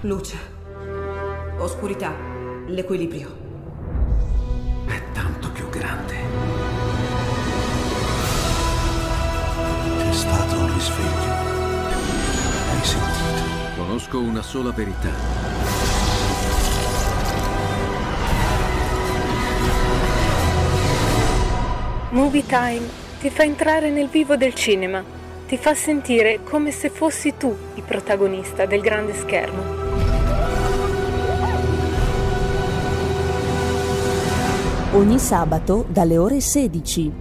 Luce, oscurità, l'equilibrio. È tanto più grande. È stato un risveglio. Hai sentito? Conosco una sola verità. Movie Time ti fa entrare nel vivo del cinema, ti fa sentire come se fossi tu il protagonista del grande schermo. Ogni sabato dalle ore 16.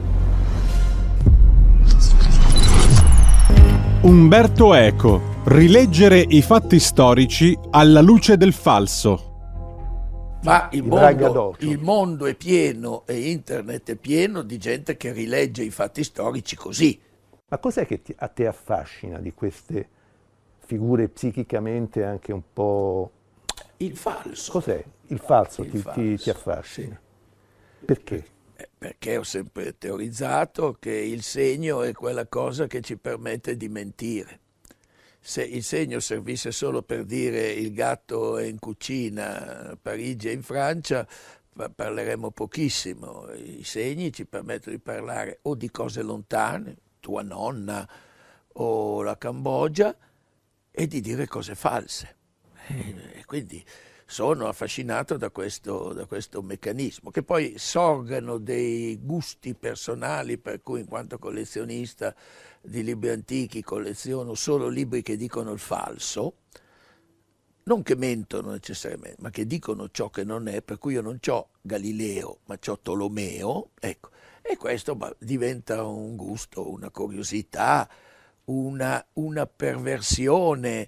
Umberto Eco, rileggere i fatti storici alla luce del falso. Ma il mondo è pieno e internet è pieno di gente che rilegge i fatti storici così. Ma cos'è che a te affascina di queste figure psichicamente anche un po'... Il falso. Cos'è? Il falso, Il ti affascina. Sì. Perché? Perché ho sempre teorizzato che il segno è quella cosa che ci permette di mentire. Se il segno servisse solo per dire il gatto è in cucina, Parigi è in Francia, parleremmo pochissimo. I segni ci permettono di parlare o di cose lontane, tua nonna o la Cambogia, e di dire cose false. E quindi sono affascinato da questo meccanismo, che poi sorgano dei gusti personali, per cui in quanto collezionista di libri antichi colleziono solo libri che dicono il falso, non che mentono necessariamente, ma che dicono ciò che non è, per cui io non c'ho Galileo, ma c'ho Tolomeo, ecco, e questo diventa un gusto, una curiosità, una perversione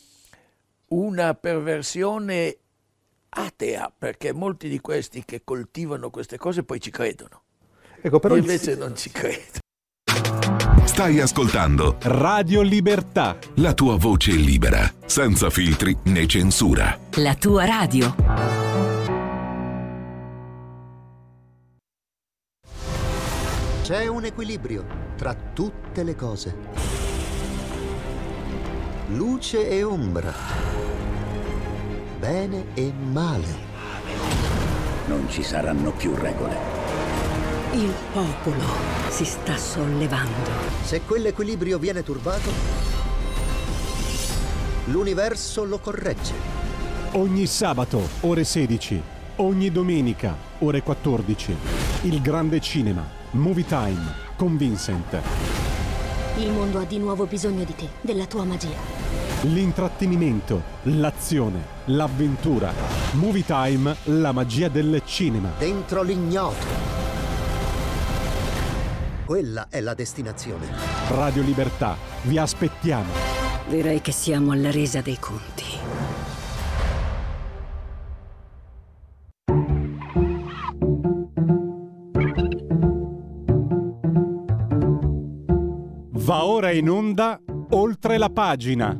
atea, perché molti di questi che coltivano queste cose poi ci credono. Ecco, però io invece non ci credo. Stai ascoltando Radio Libertà, la tua voce libera, senza filtri né censura. La tua radio. C'è un equilibrio tra tutte le cose. Luce e ombra. Bene e male. Non ci saranno più regole. Il popolo si sta sollevando. Se quell'equilibrio viene turbato, l'universo lo corregge. ogni sabato ore 16, ogni domenica ore 14. Il grande cinema, Movie Time con Vincent. Il mondo ha di nuovo bisogno di te, della tua magia. L'intrattenimento, l'azione, l'avventura. Movie Time, la magia del cinema. Dentro l'ignoto. Quella è la destinazione. Radio Libertà, vi aspettiamo. Direi che siamo alla resa dei conti. Va ora in onda Oltre la pagina.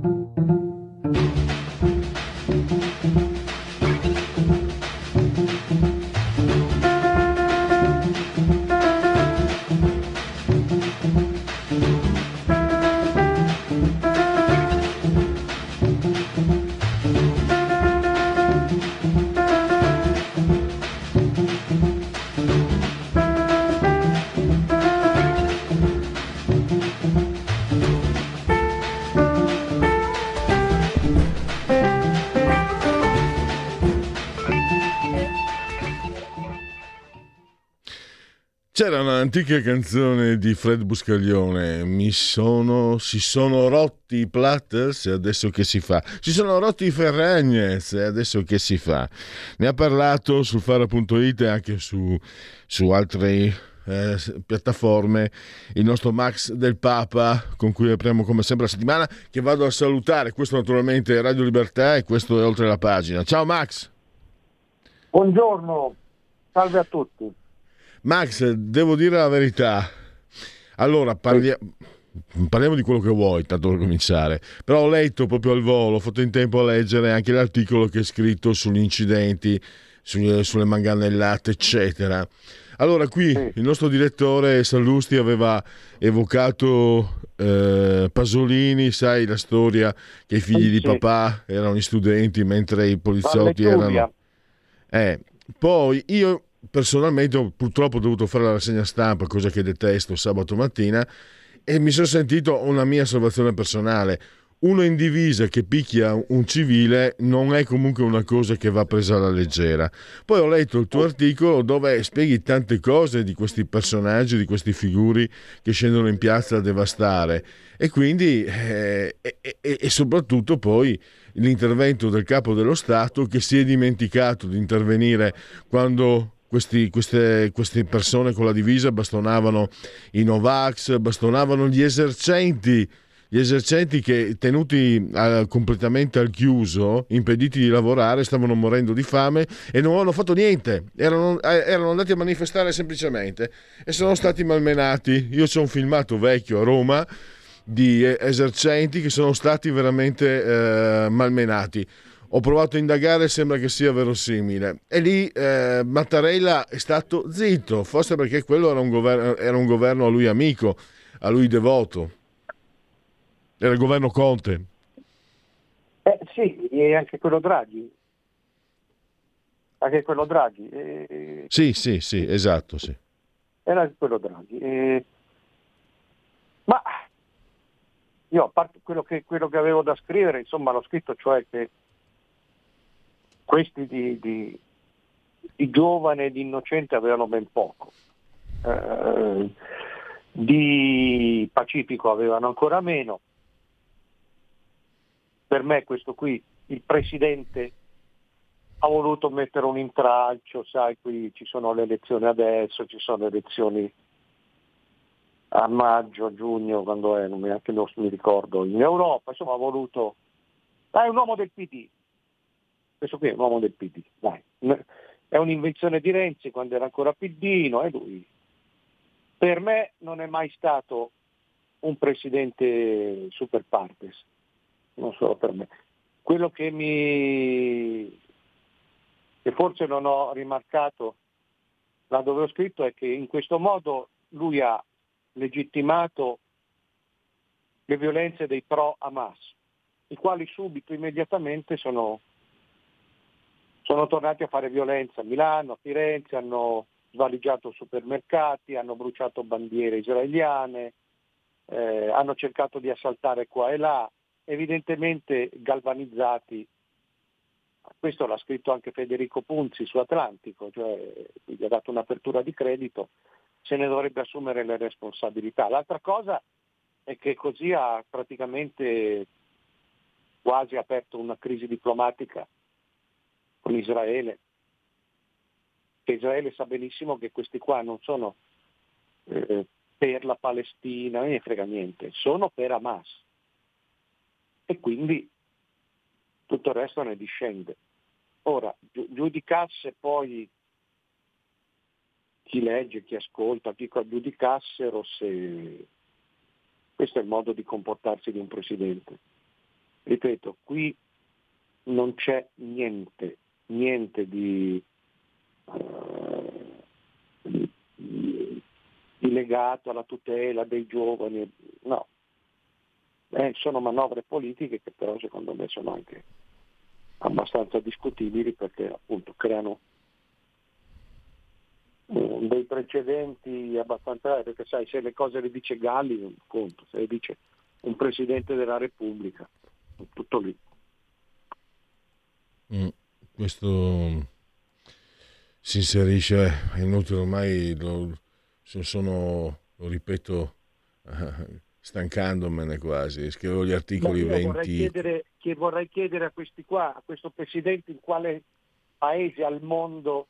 C'era un'antica canzone di Fred Buscaglione, si sono rotti i Platters e adesso che si fa? Si sono rotti i Ferragnez e adesso che si fa? Ne ha parlato sul Fara.it e anche su altre piattaforme il nostro Max del Papa, con cui apriamo come sempre la settimana, che vado a salutare. Questo naturalmente è Radio Libertà e questo è Oltre la pagina. Ciao Max! Buongiorno, salve a tutti. Max, devo dire la verità. Allora, parliamo di quello che vuoi, tanto per cominciare. Però ho letto proprio al volo, ho fatto in tempo a leggere anche l'articolo che è scritto sugli incidenti, sulle manganellate, eccetera. Allora, qui il nostro direttore Sallusti aveva evocato Pasolini, sai la storia che i figli di papà erano gli studenti mentre i poliziotti erano... Poi io personalmente purtroppo ho dovuto fare la rassegna stampa, cosa che detesto, sabato mattina, e mi sono sentito una mia osservazione personale. Uno in divisa che picchia un civile non è comunque una cosa che va presa alla leggera. Poi ho letto il tuo articolo dove spieghi tante cose di questi personaggi, di questi figuri che scendono in piazza a devastare, e quindi e soprattutto poi l'intervento del capo dello Stato, che si è dimenticato di intervenire quando queste persone con la divisa bastonavano i Novax, bastonavano gli esercenti che, tenuti completamente al chiuso, impediti di lavorare, stavano morendo di fame e non hanno fatto niente, erano andati a manifestare semplicemente e sono stati malmenati. Io c'ho un filmato vecchio a Roma di esercenti che sono stati veramente malmenati. Ho provato a indagare, sembra che sia verosimile, e lì Mattarella è stato zitto, forse perché quello era un governo a lui amico, a lui devoto. Era il governo Conte. Sì, e anche quello Draghi. Sì, esatto, sì. Era anche quello Draghi. Ma io, a parte quello che avevo da scrivere, insomma, l'ho scritto, cioè che questi di giovane e di innocente avevano ben poco. Di pacifico avevano ancora meno. Per me questo qui, il presidente ha voluto mettere un intralcio, sai, qui ci sono le elezioni adesso, ci sono le elezioni a maggio, a giugno, quando è, non mi ricordo, in Europa, insomma ha voluto... è un uomo del PD, questo qui è un uomo del PD, dai. È un'invenzione di Renzi quando era ancora PDino, e lui. Per me non è mai stato un presidente super partes. Non solo per me. Quello che forse non ho rimarcato là dove ho scritto è che in questo modo lui ha legittimato le violenze dei pro Hamas, i quali subito, immediatamente sono tornati a fare violenza a Milano, a Firenze, hanno svaligiato supermercati, hanno bruciato bandiere israeliane, hanno cercato di assaltare qua e là, evidentemente galvanizzati. Questo l'ha scritto anche Federico Punzi su Atlantico, cioè gli ha dato un'apertura di credito, se ne dovrebbe assumere le responsabilità. L'altra cosa è che così ha praticamente quasi aperto una crisi diplomatica con Israele, che Israele sa benissimo che questi qua non sono per la Palestina, non ne frega niente, sono per Hamas. E quindi tutto il resto ne discende. Ora, giudicasse poi chi legge, chi ascolta, chi giudicassero se questo è il modo di comportarsi di un presidente. Ripeto, qui non c'è niente di legato alla tutela dei giovani, no. Sono manovre politiche che però secondo me sono anche abbastanza discutibili, perché appunto creano dei precedenti abbastanza, perché sai, se le cose le dice Galli non conto, se le dice un Presidente della Repubblica, tutto lì. Questo si inserisce, è inutile ormai, lo ripeto, stancandomene quasi, scrivo gli articoli 20. Vorrei chiedere a questi qua, a questo Presidente, in quale paese al mondo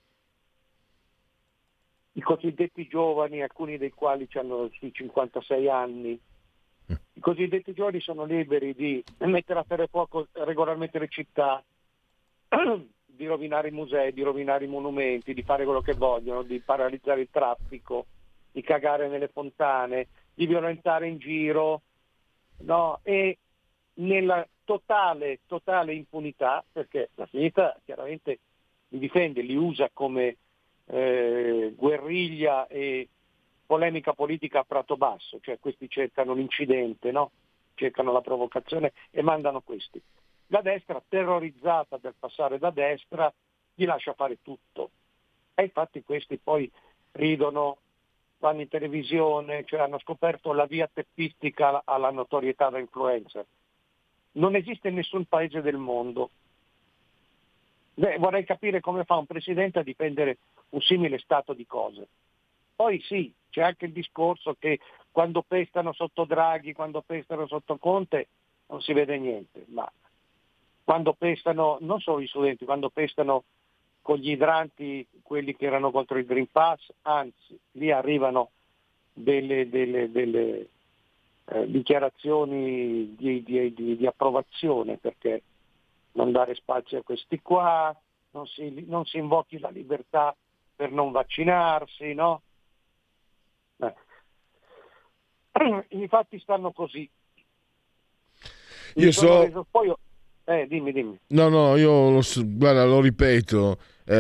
i cosiddetti giovani, alcuni dei quali hanno sui 56 anni, i cosiddetti giovani sono liberi di mettere a ferro e fuoco regolarmente le città, di rovinare i musei, di rovinare i monumenti, di fare quello che vogliono, di paralizzare il traffico, di cagare nelle fontane, di violentare in giro, no? E nella totale impunità, perché la sinistra chiaramente li difende, li usa come guerriglia e polemica politica a prato basso, cioè questi cercano l'incidente, no? Cercano la provocazione e mandano questi. La destra, terrorizzata del passare da destra, gli lascia fare tutto. E infatti questi poi ridono, vanno in televisione, cioè hanno scoperto la via teppistica alla notorietà da influencer. Non esiste in nessun paese del mondo. Vorrei capire come fa un presidente a difendere un simile stato di cose. Poi sì, c'è anche il discorso che quando pestano sotto Draghi, quando pestano sotto Conte non si vede niente, ma quando pestano, non solo gli studenti, quando pestano con gli idranti, quelli che erano contro il Green Pass, anzi, lì arrivano delle dichiarazioni di approvazione, perché non dare spazio a questi qua, non si invochi la libertà per non vaccinarsi, no? I fatti stanno così. Poi dimmi. No, io guarda, lo ripeto,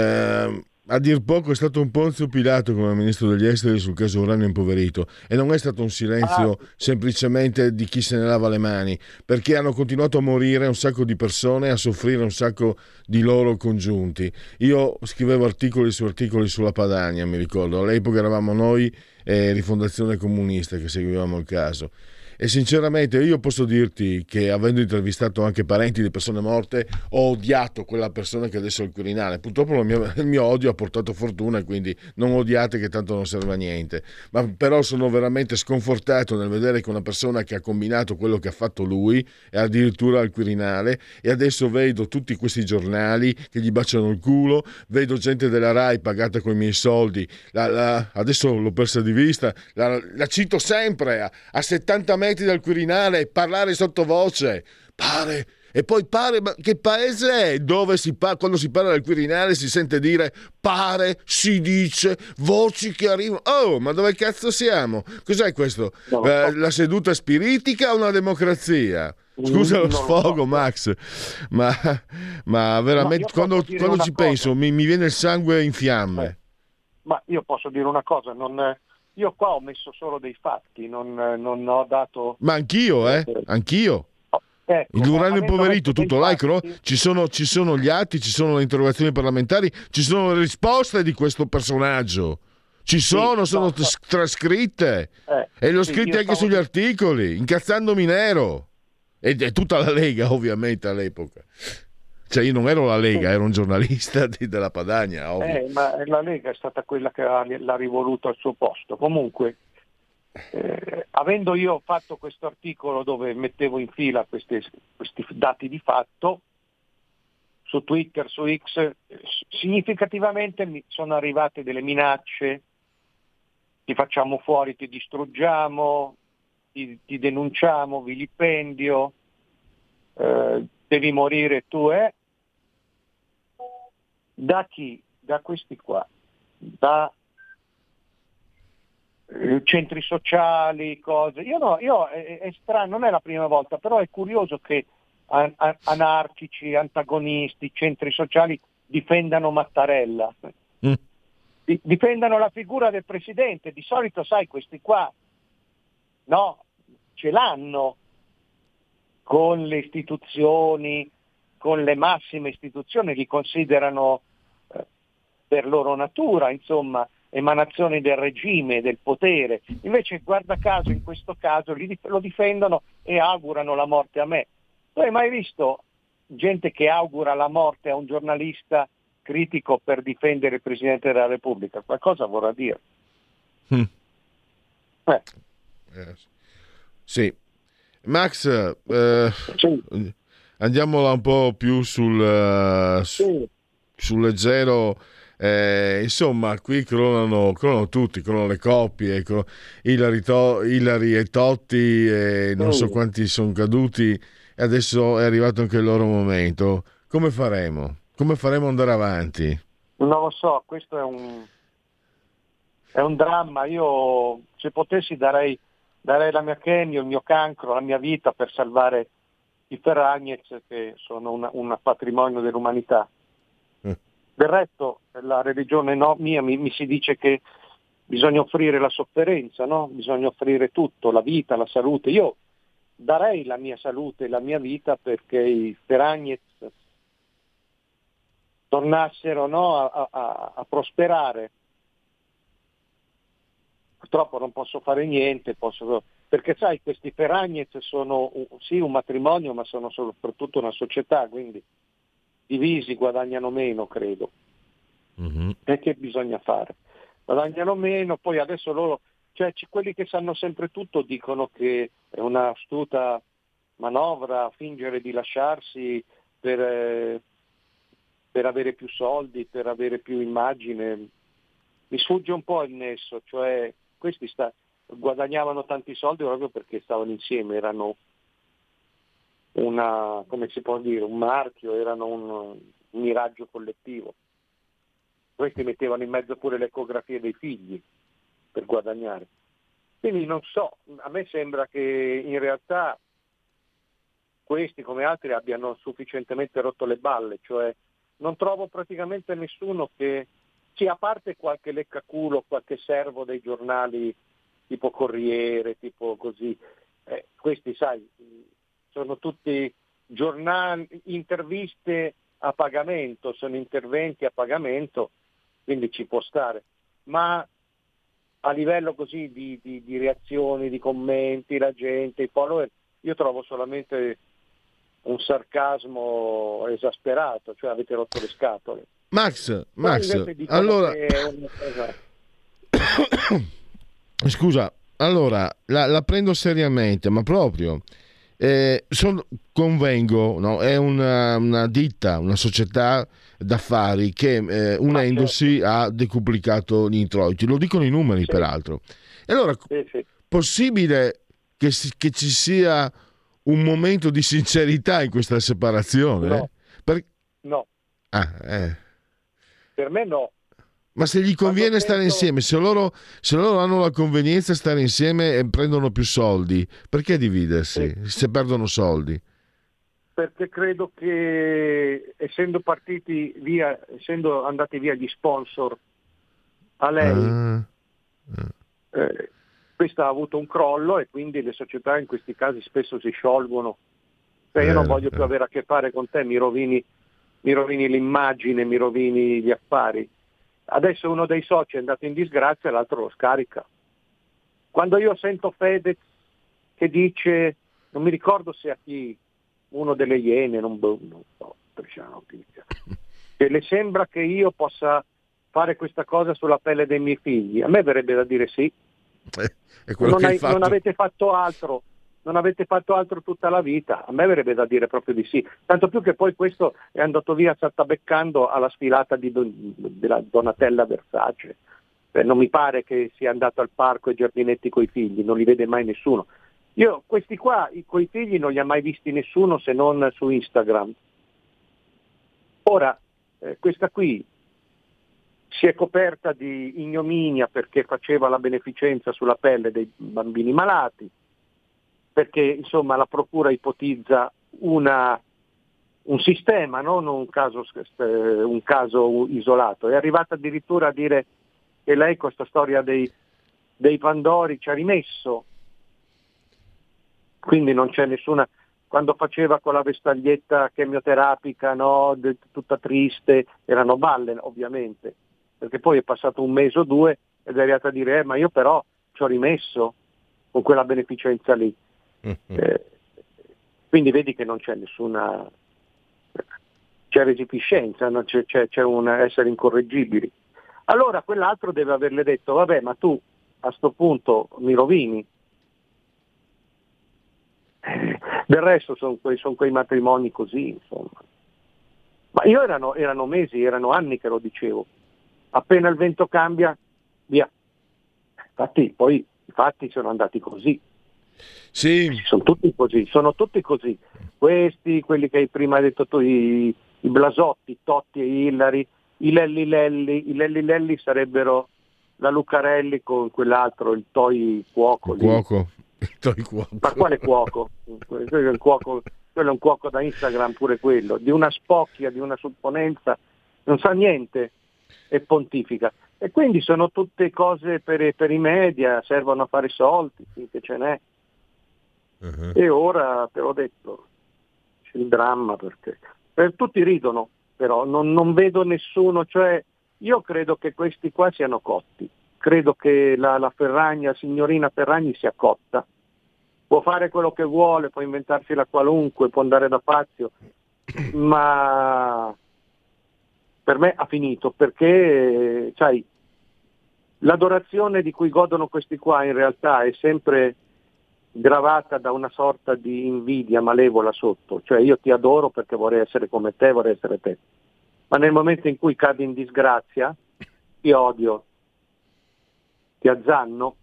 a dir poco è stato un Ponzio Pilato come ministro degli esteri sul caso uranio impoverito, e non è stato un silenzio semplicemente di chi se ne lava le mani, perché hanno continuato a morire un sacco di persone, a soffrire un sacco di loro congiunti. Io scrivevo articoli su articoli sulla Padania, mi ricordo, all'epoca eravamo noi e Rifondazione Comunista che seguivamo il caso. E sinceramente io posso dirti che, avendo intervistato anche parenti di persone morte, ho odiato quella persona che adesso è il Quirinale. Purtroppo il mio odio ha portato fortuna, e quindi non odiate, che tanto non serve a niente. Ma però sono veramente sconfortato nel vedere che una persona che ha combinato quello che ha fatto lui è addirittura al Quirinale, e adesso vedo tutti questi giornali che gli baciano il culo, vedo gente della Rai pagata con i miei soldi, adesso l'ho persa di vista, la cito sempre, a 70 metri dal Quirinale, parlare sottovoce, pare. E poi pare, ma che paese è dove quando si parla del Quirinale si sente dire pare, si dice, voci che arrivano? Oh, ma dove cazzo siamo? Cos'è questo? La seduta spiritica o una democrazia? Scusa lo sfogo, Max, ma veramente quando ci penso mi viene il sangue in fiamme. Ma io posso dire una cosa, io qua ho messo solo dei fatti, non ho dato... Ma anch'io. L'uranio impoverito, tutto l'altro, ci sono gli atti, ci sono le interrogazioni parlamentari, ci sono le risposte di questo personaggio, sono trascritte, e le ho scritte anche sugli articoli, incazzandomi nero, e tutta la Lega ovviamente all'epoca. Cioè io non ero la Lega, ero un giornalista della Padania, ovvio. Ma la Lega è stata quella che l'ha rivoluto al suo posto. Comunque, avendo io fatto questo articolo dove mettevo in fila questi dati di fatto, su Twitter, su X, significativamente mi sono arrivate delle minacce: ti facciamo fuori, ti distruggiamo, ti denunciamo, vilipendio, devi morire tu, Da chi? Da questi qua, da centri sociali, cose. Io è strano, non è la prima volta, però è curioso che anarchici, antagonisti, centri sociali difendano Mattarella, difendano la figura del presidente. Di solito, sai, questi qua no, ce l'hanno con le istituzioni, con le massime istituzioni, li considerano per loro natura, insomma, emanazioni del regime, del potere. Invece, guarda caso, in questo caso lo difendono e augurano la morte a me. Tu hai mai visto gente che augura la morte a un giornalista critico per difendere il Presidente della Repubblica? Qualcosa vorrà dire. Sì. Max, andiamola un po' più sul leggero. Insomma, qui crollano tutti, crollano le coppie, Ilari e Totti, non so quanti sono caduti, e adesso è arrivato anche il loro momento. Come faremo? Come faremo ad andare avanti? Non lo so, questo è un dramma. Io, se potessi, darei la mia chemio, il mio cancro, la mia vita per salvare i Ferragnez, che sono un patrimonio dell'umanità. Del resto la religione mia mi si dice che bisogna offrire la sofferenza, no? Bisogna offrire tutto, la vita, la salute. Io darei la mia salute e la mia vita perché i Feragnez tornassero, no, a prosperare. Purtroppo non posso fare niente, perché sai, questi Feragnez sono sì un matrimonio, ma sono soprattutto una società, quindi divisi guadagnano meno, credo. Mm-hmm. E che bisogna fare? Guadagnano meno, poi adesso loro, cioè quelli che sanno sempre tutto dicono che è una astuta manovra fingere di lasciarsi per avere più soldi, per avere più immagine. Mi sfugge un po' il nesso, cioè questi guadagnavano tanti soldi proprio perché stavano insieme, erano come si può dire, un marchio, erano un miraggio collettivo. Questi mettevano in mezzo pure le ecografie dei figli per guadagnare. Quindi non so, a me sembra che in realtà questi come altri abbiano sufficientemente rotto le balle, cioè non trovo praticamente nessuno che, sì, a parte qualche leccaculo, qualche servo dei giornali tipo Corriere, tipo così, questi sai, sono tutti giornali, interviste a pagamento, sono interventi a pagamento, quindi ci può stare. Ma a livello così di reazioni, di commenti, la gente, i follower, io trovo solamente un sarcasmo esasperato, cioè avete rotto le scatole. Max, allora scusa, allora la prendo seriamente, ma proprio convengo, no? È una ditta, una società d'affari che unendosi ha decuplicato gli introiti, lo dicono i numeri, sì. Peraltro. E allora sì. Possibile che ci sia un momento di sincerità in questa separazione? No. No. Per me no. Ma se gli conviene stare insieme, se loro hanno la convenienza di stare insieme e prendono più soldi, perché dividersi se perdono soldi? Perché credo che essendo andati via gli sponsor a lei, questa ha avuto un crollo e quindi le società in questi casi spesso si sciolgono. Cioè io non voglio più avere a che fare con te, mi rovini l'immagine, mi rovini gli affari. Adesso uno dei soci è andato in disgrazia e l'altro lo scarica. Quando io sento Fedez che dice, non mi ricordo se a chi, uno delle Iene, non so, che le sembra che io possa fare questa cosa sulla pelle dei miei figli, a me verrebbe da dire sì. Non avete fatto altro. Non avete fatto altro tutta la vita, a me verrebbe da dire proprio di sì, tanto più che poi questo è andato via saltabeccando alla sfilata della Donatella Versace. Non mi pare che sia andato al parco ai giardinetti coi figli, non li vede mai nessuno. Io questi qua, coi figli, non li ha mai visti nessuno se non su Instagram. Ora, questa qui si è coperta di ignominia perché faceva la beneficenza sulla pelle dei bambini malati, perché insomma la procura ipotizza un sistema, non un caso isolato. È arrivata addirittura a dire che lei questa storia dei Pandori ci ha rimesso, quindi non c'è nessuna, quando faceva con la vestaglietta chemioterapica, no, tutta triste, erano balle ovviamente, perché poi è passato un mese o due ed è arrivata a dire ma io però ci ho rimesso con quella beneficenza lì. Quindi vedi che non c'è nessuna, c'è resipiscenza, no? c'è un essere incorreggibili. Allora quell'altro deve averle detto vabbè, ma tu a sto punto mi rovini. Del resto sono quei matrimoni così, insomma. Ma io erano mesi, erano anni che lo dicevo. Appena il vento cambia, via. Infatti poi i fatti sono andati così. Sì. Sono tutti così. Questi, quelli che hai prima detto tu, i Blasotti, Totti e Hillary, i Lelli sarebbero la Lucarelli con quell'altro, il Toi Cuoco. Il Toi Cuoco. Ma quale cuoco? Quello è un cuoco da Instagram pure quello, di una spocchia, di una supponenza non sa niente e pontifica. E quindi sono tutte cose per i media, servono a fare soldi, finché ce n'è. Uh-huh. E ora, te l'ho detto, c'è il dramma, perché tutti ridono, però non vedo nessuno, cioè io credo che questi qua siano cotti, credo che la Ferragni, la signorina Ferragni sia cotta, può fare quello che vuole, può inventarsi la qualunque, può andare da Fazio, ma per me ha finito, perché sai, l'adorazione di cui godono questi qua in realtà è sempre gravata da una sorta di invidia malevola sotto, cioè io ti adoro perché vorrei essere come te, vorrei essere te, ma nel momento in cui cadi in disgrazia ti odio, ti azzanno,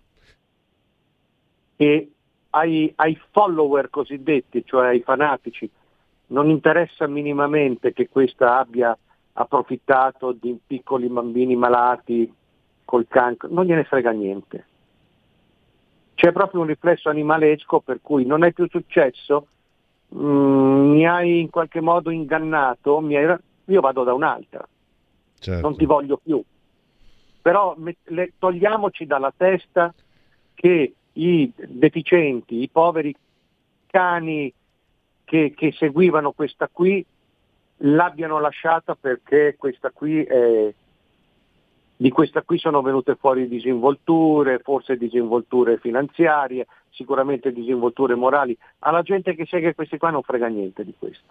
e ai follower cosiddetti, cioè ai fanatici, non interessa minimamente che questa abbia approfittato di piccoli bambini malati col cancro, non gliene frega niente. C'è proprio un riflesso animalesco per cui non hai più successo, mi hai in qualche modo ingannato, io vado da un'altra, certo. Non ti voglio più. Però togliamoci dalla testa che i deficienti, i poveri cani che seguivano questa qui l'abbiano lasciata perché questa qui di questa qui sono venute fuori disinvolture, forse disinvolture finanziarie, sicuramente disinvolture morali. Alla gente che segue questi qua non frega niente di questo.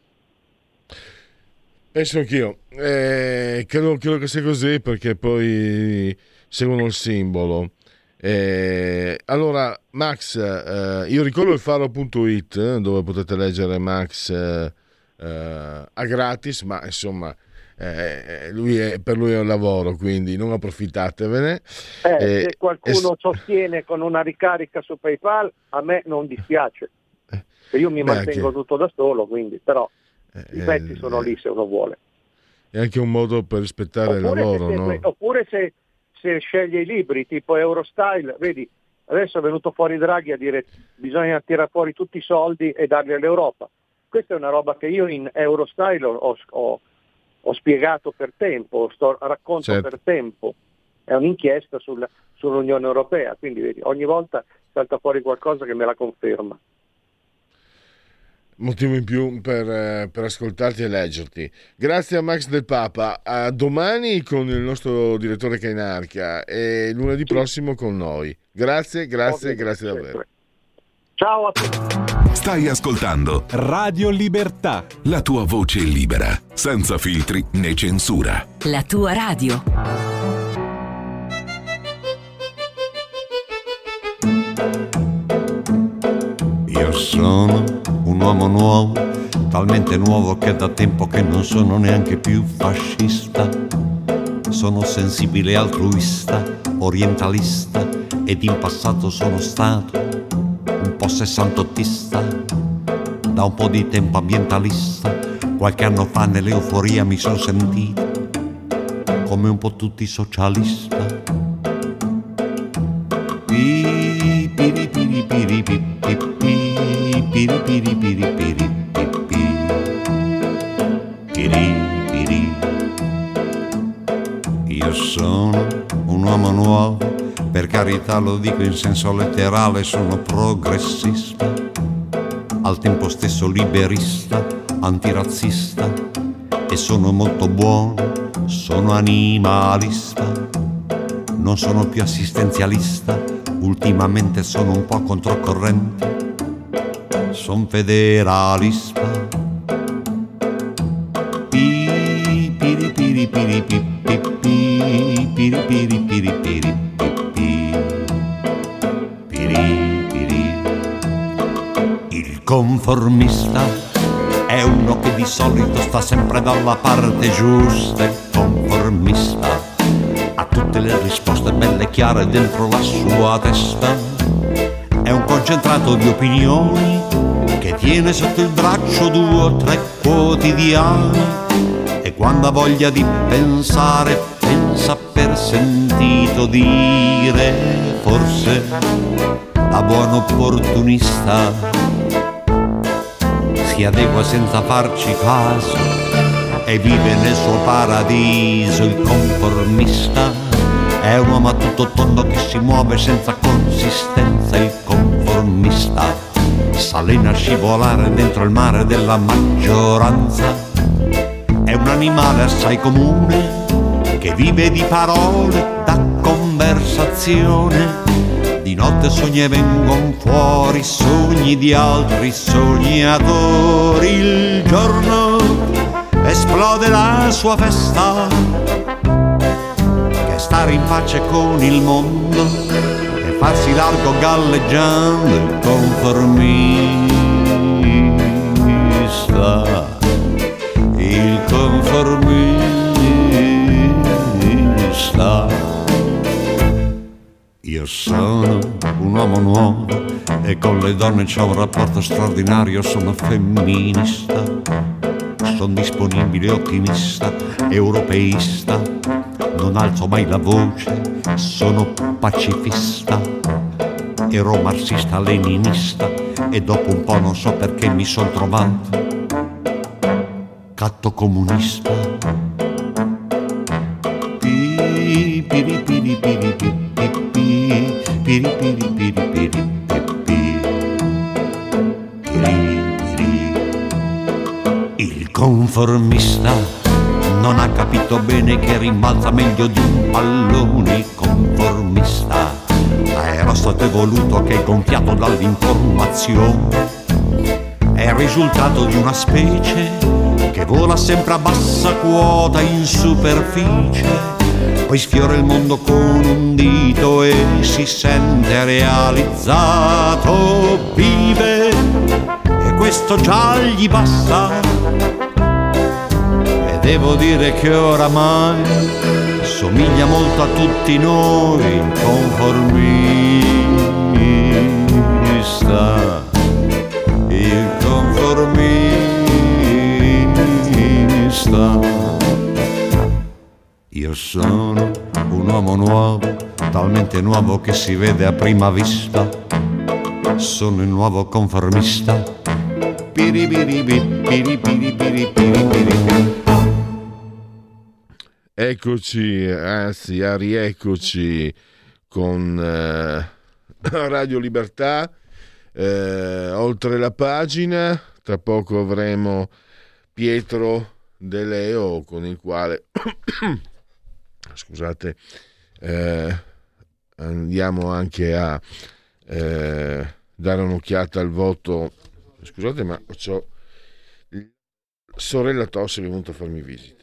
Penso anch'io, credo che sia così, perché poi seguono il simbolo. Allora Max, io ricordo il faro.it, dove potete leggere Max a gratis, ma insomma per lui è un lavoro, quindi non approfittatevene. Se qualcuno sostiene con una ricarica su PayPal, a me non dispiace, io mi mantengo tutto da solo, quindi però i pezzi sono lì se uno vuole. È anche un modo per rispettare il lavoro, no? Oppure se sceglie i libri tipo Eurostyle, vedi, adesso è venuto fuori Draghi a dire bisogna tirare fuori tutti i soldi e darli all'Europa. Questa è una roba che io in Eurostyle ho spiegato per tempo, racconto certo. Per tempo. È un'inchiesta sull'Unione Europea, quindi vedi, ogni volta salta fuori qualcosa che me la conferma. Motivo in più per ascoltarti e leggerti. Grazie a Max Del Papa. A domani con il nostro direttore Cainarca e lunedì prossimo con noi. Grazie davvero. Ciao a tutti. Stai ascoltando Radio Libertà, la tua voce libera, senza filtri né censura. La tua radio. Io sono un uomo nuovo, talmente nuovo che da tempo che non sono neanche più fascista. Sono sensibile, altruista, orientalista, ed in passato sono stato un po' sessantottista, da un po' di tempo ambientalista. Qualche anno fa nell'euforia mi son sentito come un po' tutti socialista. Piri piri piri piri piri piri piri piri piri piri. Io sono un uomo nuovo, per carità lo dico in senso letterale, sono progressista, al tempo stesso liberista, antirazzista, e sono molto buono, sono animalista, non sono più assistenzialista, ultimamente sono un po' controcorrente, son federalista. Piri piri piri piri piri piri piri piri piri Il conformista è uno che di solito sta sempre dalla parte giusta. Il conformista ha tutte le risposte belle chiare dentro la sua testa. È un concentrato di opinioni che tiene sotto il braccio 2 o 3 quotidiani, e quando ha voglia di pensare pensa per sentito dire, forse da buon opportunista si adegua senza farci caso e vive nel suo paradiso. Il conformista è un uomo a tutto tondo che si muove senza consistenza. Il conformista s'allena a scivolare dentro il mare della maggioranza. È un animale assai comune che vive di parole, da conversazione. Di notte sogni e vengono fuori sogni di altri sognatori. Il giorno esplode la sua festa, che è stare in pace con il mondo e farsi largo galleggiando. Il conformista, il conformista. Io sono un uomo nuovo e con le donne c'ho un rapporto straordinario. Sono femminista, sono disponibile, ottimista, europeista, non alzo mai la voce, sono pacifista, ero marxista, leninista e dopo un po' non so perché mi son trovato catto comunista. Il conformista non ha capito bene che rimbalza meglio di un pallone. Il conformista era stato evoluto che è gonfiato dall'informazione. È il risultato di una specie che vola sempre a bassa quota in superficie. Poi sfiora il mondo con un dito e si sente realizzato. Vive e questo già gli basta. E devo dire che oramai somiglia molto a tutti noi. Il conformista, il conformista. Io sono un uomo nuovo, talmente nuovo che si vede a prima vista. Sono il nuovo conformista. Eccoci, anzi, rieccoci con Radio Libertà, oltre la pagina. Tra poco avremo Pietro De Leo, con il quale scusate, andiamo anche a dare un'occhiata al voto. Scusate, ma c'ho sorella Tosse che è venuta a farmi visita.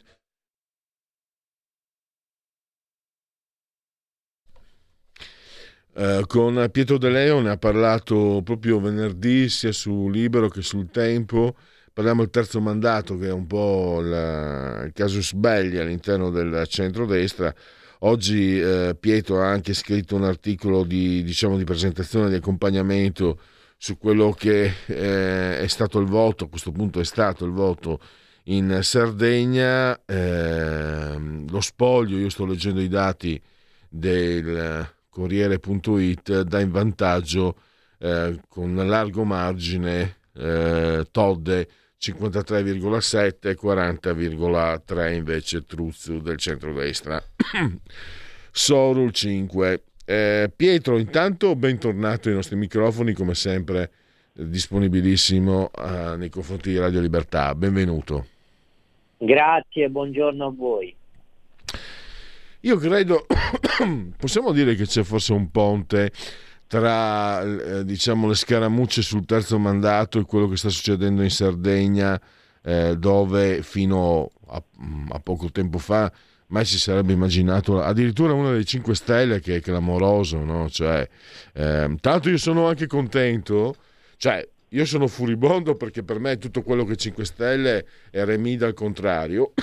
Con Pietro De Leo ne ha parlato proprio venerdì sia su Libero che sul Tempo. Parliamo del terzo mandato, che è un po' il casus belli all'interno del centrodestra. Oggi Pietro ha anche scritto un articolo di presentazione, di accompagnamento su quello che è stato il voto. A questo punto è stato il voto in Sardegna. Lo spoglio, io sto leggendo i dati del Corriere.it, dà in vantaggio con largo margine Todde 53,7 e 40,3 invece Truzzu del centrodestra. Sorul 5. Pietro, intanto bentornato ai nostri microfoni, come sempre disponibilissimo nei confronti di Radio Libertà. Benvenuto. Grazie, buongiorno a voi. Io credo, possiamo dire che c'è forse un ponte tra le scaramucce sul terzo mandato e quello che sta succedendo in Sardegna, dove fino a poco tempo fa mai si sarebbe immaginato, addirittura una dei 5 Stelle, che è clamoroso, no? Cioè, tanto io sono anche contento, cioè io sono furibondo perché per me tutto quello che 5 Stelle è remida al contrario,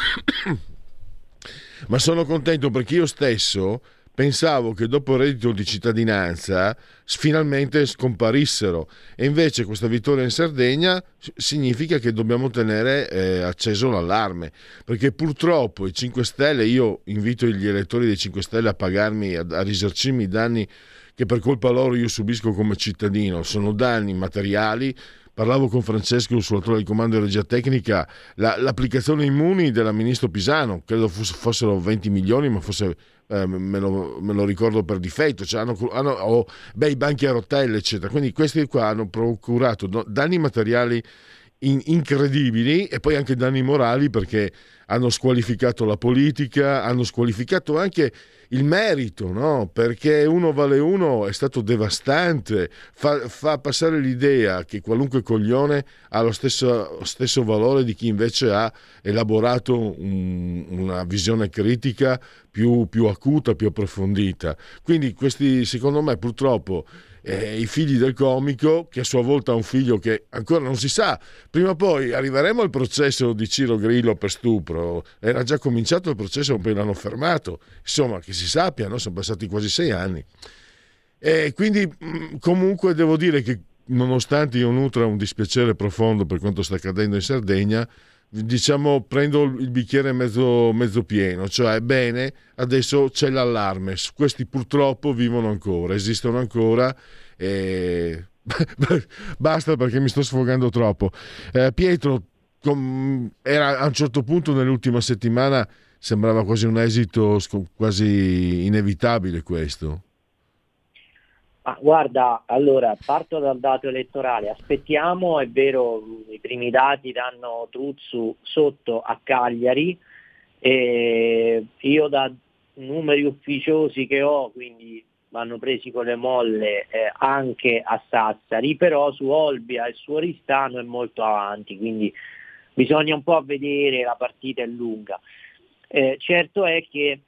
ma sono contento perché io stesso pensavo che dopo il reddito di cittadinanza finalmente scomparissero, e invece questa vittoria in Sardegna significa che dobbiamo tenere acceso l'allarme, perché purtroppo i 5 Stelle, io invito gli elettori dei 5 Stelle a pagarmi, a risarcirmi i danni che per colpa loro io subisco come cittadino. Sono danni materiali parlavo con Francesco, sull'autore del comando di regia tecnica, l'applicazione Immuni della ministro Pisano, credo fossero 20 milioni, ma forse me lo ricordo per difetto, cioè hanno i banchi a rotelle, eccetera. Quindi questi qua hanno procurato danni materiali incredibili e poi anche danni morali, perché hanno squalificato la politica, hanno squalificato anche il merito, no? Perché uno vale uno è stato devastante, fa passare l'idea che qualunque coglione ha lo stesso valore di chi invece ha elaborato una visione critica più acuta, più approfondita. Quindi questi, secondo me, purtroppo i figli del comico, che a sua volta ha un figlio che ancora non si sa, prima o poi arriveremo al processo di Ciro Grillo per stupro, era già cominciato il processo, poi l'hanno fermato, insomma, che si sappia, no? Sono passati quasi 6 anni e quindi comunque devo dire che, nonostante io nutra un dispiacere profondo per quanto sta accadendo in Sardegna, diciamo prendo il bicchiere mezzo pieno, cioè bene, adesso c'è l'allarme, questi purtroppo vivono ancora, esistono ancora e basta, perché mi sto sfogando troppo. Pietro, era a un certo punto nell'ultima settimana sembrava quasi un esito quasi inevitabile questo. Guarda, allora parto dal dato elettorale, aspettiamo, è vero, i primi dati danno Truzzu sotto a Cagliari, e io da numeri ufficiosi che ho, quindi vanno presi con le molle, anche a Sassari, però su Olbia e su Oristano è molto avanti, quindi bisogna un po' vedere, la partita è lunga. Certo è che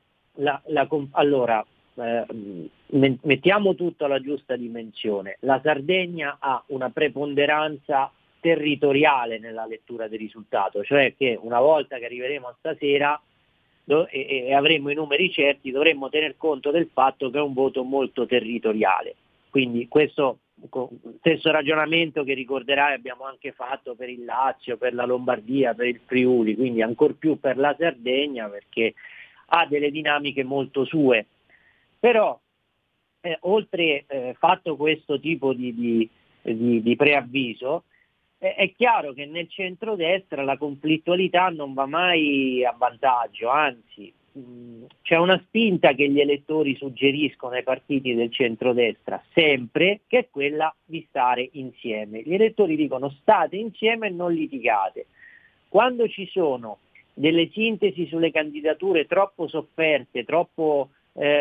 mettiamo tutto alla giusta dimensione. La Sardegna ha una preponderanza territoriale nella lettura del risultato, cioè che una volta che arriveremo a stasera e avremo i numeri certi, dovremmo tener conto del fatto che è un voto molto territoriale. Quindi questo stesso ragionamento che ricorderai abbiamo anche fatto per il Lazio, per la Lombardia, per il Friuli, quindi ancor più per la Sardegna, perché ha delle dinamiche molto sue. Però oltre fatto questo tipo di preavviso, è chiaro che nel centrodestra la conflittualità non va mai a vantaggio, anzi c'è una spinta che gli elettori suggeriscono ai partiti del centrodestra sempre, che è quella di stare insieme. Gli elettori dicono: state insieme e non litigate. Quando ci sono delle sintesi sulle candidature troppo sofferte, troppo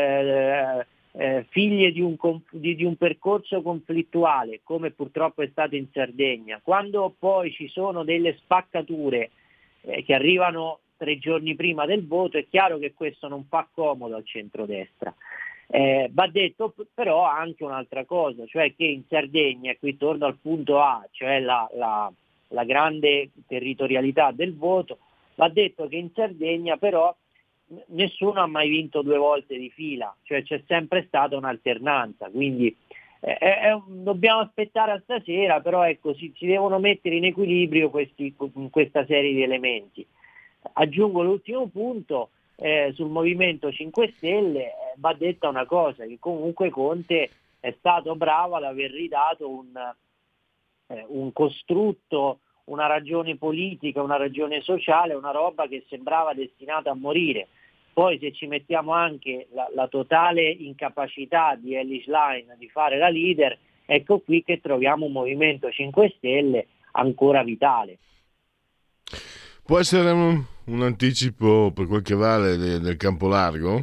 figlie di un percorso conflittuale, come purtroppo è stato in Sardegna, quando poi ci sono delle spaccature che arrivano 3 giorni prima del voto, è chiaro che questo non fa comodo al centrodestra. Va detto però anche un'altra cosa, cioè che in Sardegna, e qui torno al punto A, cioè la grande territorialità del voto, va detto che in Sardegna però nessuno ha mai vinto 2 volte di fila, cioè c'è sempre stata un'alternanza, quindi dobbiamo aspettare a stasera, però ecco, si devono mettere in equilibrio questa serie di elementi. Aggiungo l'ultimo punto, sul Movimento 5 Stelle va detta una cosa, che comunque Conte è stato bravo ad aver ridato un costrutto, una ragione politica, una ragione sociale, una roba che sembrava destinata a morire. Poi se ci mettiamo anche la totale incapacità di Elly Schlein di fare la leader, ecco qui che troviamo un Movimento 5 Stelle ancora vitale. Può essere un anticipo, per quel che vale, del campo largo?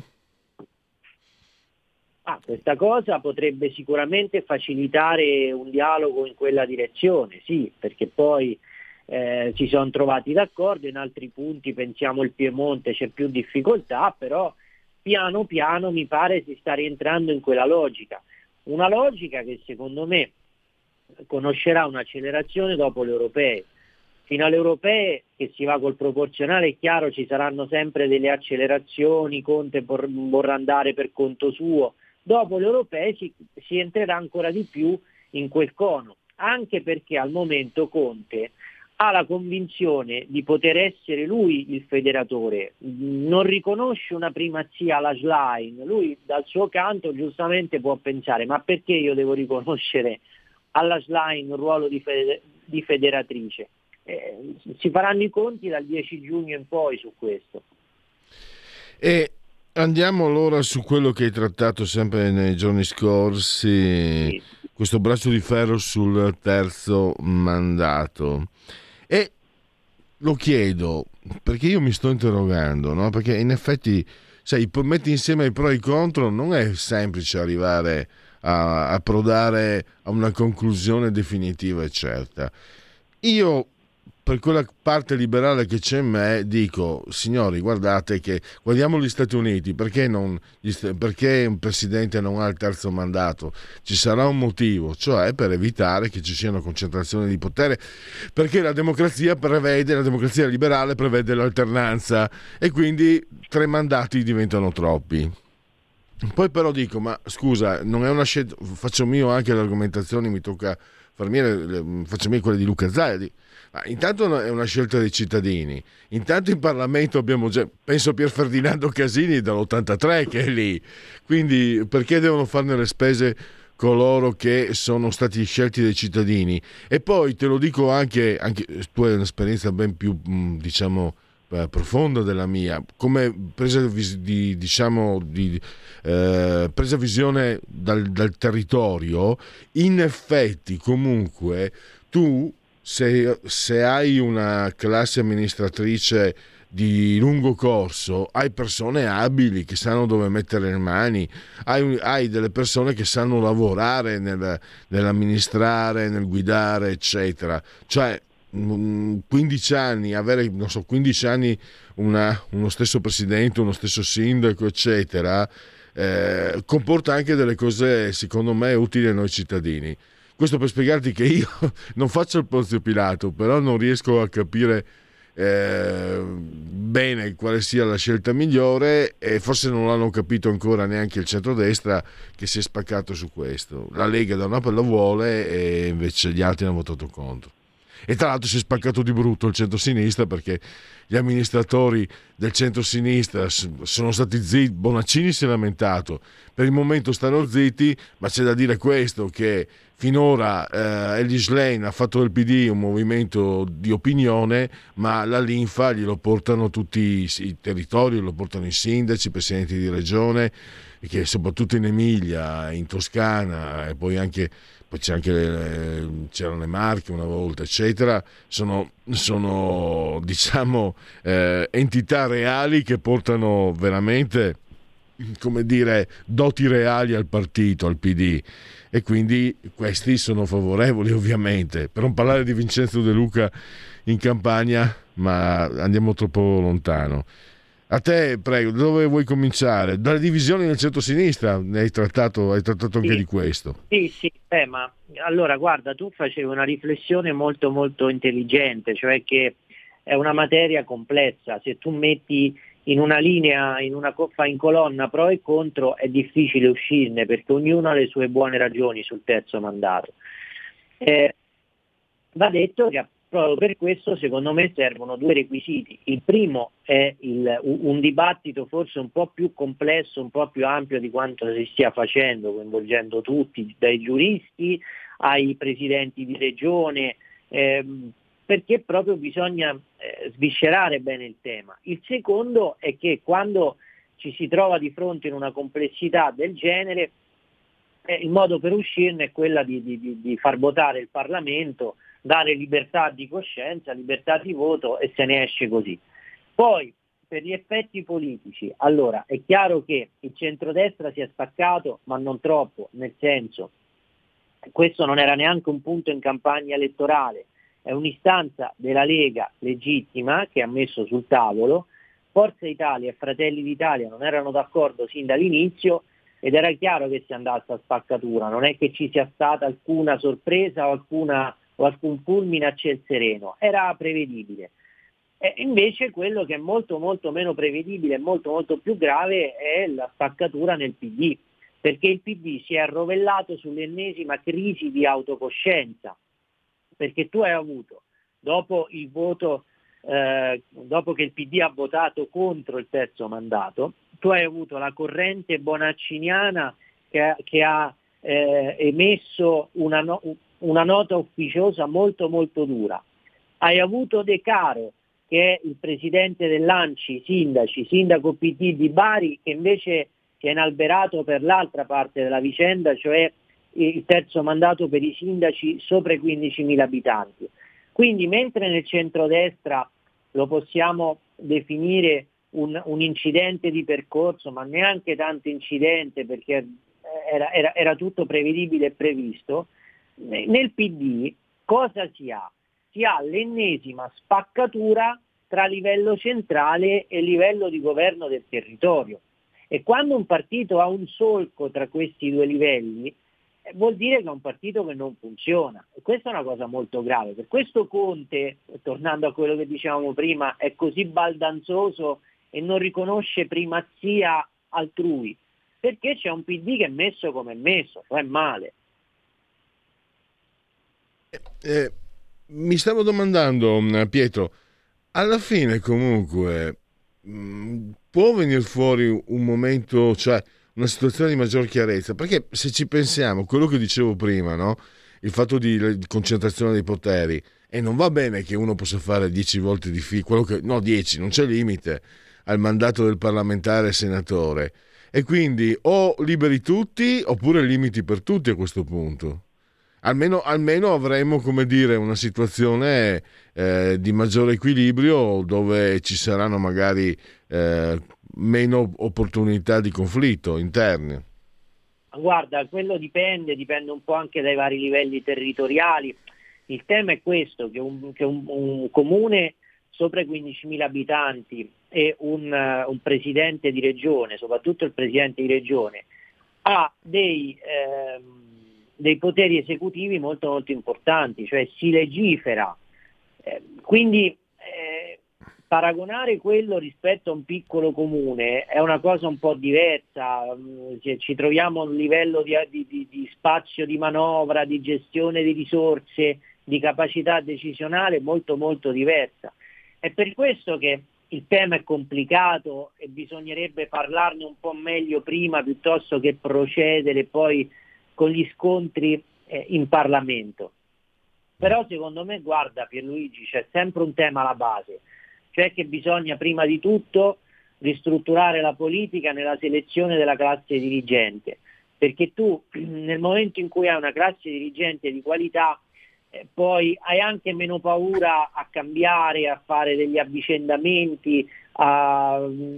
Questa cosa potrebbe sicuramente facilitare un dialogo in quella direzione, sì, perché poi si sono trovati d'accordo, in altri punti, pensiamo il Piemonte, c'è più difficoltà, però piano piano mi pare si sta rientrando in quella logica, una logica che secondo me conoscerà un'accelerazione dopo le europee. Fino alle europee, che si va col proporzionale, è chiaro ci saranno sempre delle accelerazioni, Conte vorrà andare per conto suo. Dopo le europee si entrerà ancora di più in quel cono, anche perché al momento Conte ha la convinzione di poter essere lui il federatore, non riconosce una primazia alla Schlein. Lui dal suo canto giustamente può pensare: ma perché io devo riconoscere alla Schlein un ruolo di federatrice. Si faranno i conti dal 10 giugno in poi su questo. E andiamo allora su quello che hai trattato sempre nei giorni scorsi, sì. Questo braccio di ferro sul terzo mandato. E lo chiedo perché io mi sto interrogando, no? Perché in effetti, sai, metti insieme i pro e i contro, non è semplice arrivare a approdare a una conclusione definitiva e certa. Io, per quella parte liberale che c'è in me, dico: signori, guardate che guardiamo gli Stati Uniti, perché un presidente non ha il terzo mandato? Ci sarà un motivo, cioè per evitare che ci sia una concentrazione di potere, perché la democrazia liberale prevede l'alternanza e quindi 3 mandati diventano troppi. Poi però dico: ma scusa, non è una scelta, faccio mio anche le argomentazioni, mi tocca faccio mie quelle di Luca Zaia. Ma intanto è una scelta dei cittadini. Intanto in Parlamento abbiamo già, penso a Pier Ferdinando Casini dall'83 che è lì. Quindi perché devono farne le spese coloro che sono stati scelti dai cittadini? E poi te lo dico anche tu hai un'esperienza ben più profonda della mia, come presa visione dal territorio. In effetti comunque tu, se hai una classe amministratrice di lungo corso, hai persone abili che sanno dove mettere le mani, hai delle persone che sanno lavorare nell'amministrare, nel guidare, eccetera. Cioè 15 anni, avere 15 anni uno stesso presidente, uno stesso sindaco, eccetera, comporta anche delle cose secondo me utili a noi cittadini. Questo per spiegarti che io non faccio il Ponzio Pilato, però non riesco a capire bene quale sia la scelta migliore, e forse non l'hanno capito ancora neanche il centrodestra, che si è spaccato su questo. La Lega da una parte lo vuole e invece gli altri hanno votato contro. E tra l'altro si è spaccato di brutto il centro-sinistra, perché gli amministratori del centro-sinistra sono stati zitti. Bonaccini si è lamentato, per il momento stanno zitti, ma c'è da dire questo, che finora Elly Schlein ha fatto del PD un movimento di opinione, ma la linfa glielo portano tutti i territori, lo portano i sindaci, i presidenti di regione, che soprattutto in Emilia, in Toscana, e poi c'erano le Marche una volta, eccetera, sono diciamo entità reali che portano veramente, come dire, doti reali al partito, al PD, e quindi questi sono favorevoli ovviamente, per non parlare di Vincenzo De Luca in Campania, ma andiamo troppo lontano. A te, prego, dove vuoi cominciare? Dalle divisioni nel centro-sinistra, hai trattato anche di questo. Sì, ma allora guarda, tu facevi una riflessione molto molto intelligente, cioè che è una materia complessa. Se tu metti in una linea, fai in colonna pro e contro, è difficile uscirne, perché ognuno ha le sue buone ragioni sul terzo mandato. Va detto che proprio per questo secondo me servono 2 requisiti. Il primo è un dibattito forse un po' più complesso, un po' più ampio di quanto si stia facendo, coinvolgendo tutti, dai giuristi ai presidenti di regione, perché proprio bisogna sviscerare bene il tema. Il secondo è che quando ci si trova di fronte in una complessità del genere, il modo per uscirne è quella di far votare il Parlamento, dare libertà di coscienza, libertà di voto, e se ne esce così. Poi, per gli effetti politici, allora è chiaro che il centrodestra si è spaccato, ma non troppo, nel senso, questo non era neanche un punto in campagna elettorale, è un'istanza della Lega legittima che ha messo sul tavolo. Forza Italia e Fratelli d'Italia non erano d'accordo sin dall'inizio, ed era chiaro che si andasse a spaccatura, non è che ci sia stata alcuna sorpresa o alcun fulmine a ciel sereno, era prevedibile. Invece quello che è molto molto meno prevedibile e molto molto più grave è la spaccatura nel PD, perché il PD si è arrovellato sull'ennesima crisi di autocoscienza, perché tu hai avuto, dopo il voto, dopo che il PD ha votato contro il terzo mandato, tu hai avuto la corrente bonacciniana che ha emesso una nota ufficiosa molto molto dura. Hai avuto De Caro, che è il presidente dell'ANCI sindaco PD di Bari, che invece si è inalberato per l'altra parte della vicenda, cioè il terzo mandato per i sindaci sopra i 15.000 abitanti. Quindi mentre nel centrodestra lo possiamo definire un incidente di percorso, ma neanche tanto incidente perché era tutto prevedibile e previsto, nel PD cosa si ha? Si ha l'ennesima spaccatura tra livello centrale e livello di governo del territorio. E quando un partito ha un solco tra questi due livelli, vuol dire che è un partito che non funziona. E questa è una cosa molto grave. Per questo Conte, tornando a quello che dicevamo prima, è così baldanzoso e non riconosce primazia altrui, perché c'è un PD che è messo come è messo, cioè male. Mi stavo domandando, Pietro, alla fine comunque può venire fuori un momento, cioè una situazione di maggior chiarezza, perché se ci pensiamo, quello che dicevo prima, no? Il fatto di concentrazione dei poteri, e non va bene che uno possa fare 10 volte di fila, 10, non c'è limite al mandato del parlamentare e senatore, e quindi o liberi tutti oppure limiti per tutti a questo punto. Almeno avremo, come dire, una situazione di maggiore equilibrio, dove ci saranno magari meno opportunità di conflitto interni. Guarda, quello dipende un po' anche dai vari livelli territoriali. Il tema è questo, che un comune sopra i 15.000 abitanti e un presidente di regione, soprattutto il presidente di regione, ha dei poteri esecutivi molto molto importanti, cioè si legifera. Quindi paragonare quello rispetto a un piccolo comune è una cosa un po' diversa. Ci troviamo a un livello di spazio di manovra, di gestione di risorse, di capacità decisionale molto molto diversa. È per questo che il tema è complicato e bisognerebbe parlarne un po' meglio prima, piuttosto che procedere poi con gli scontri in Parlamento. Però secondo me, guarda Pierluigi, c'è sempre un tema alla base, cioè che bisogna prima di tutto ristrutturare la politica nella selezione della classe dirigente, perché tu nel momento in cui hai una classe dirigente di qualità poi hai anche meno paura a cambiare, a fare degli avvicendamenti, a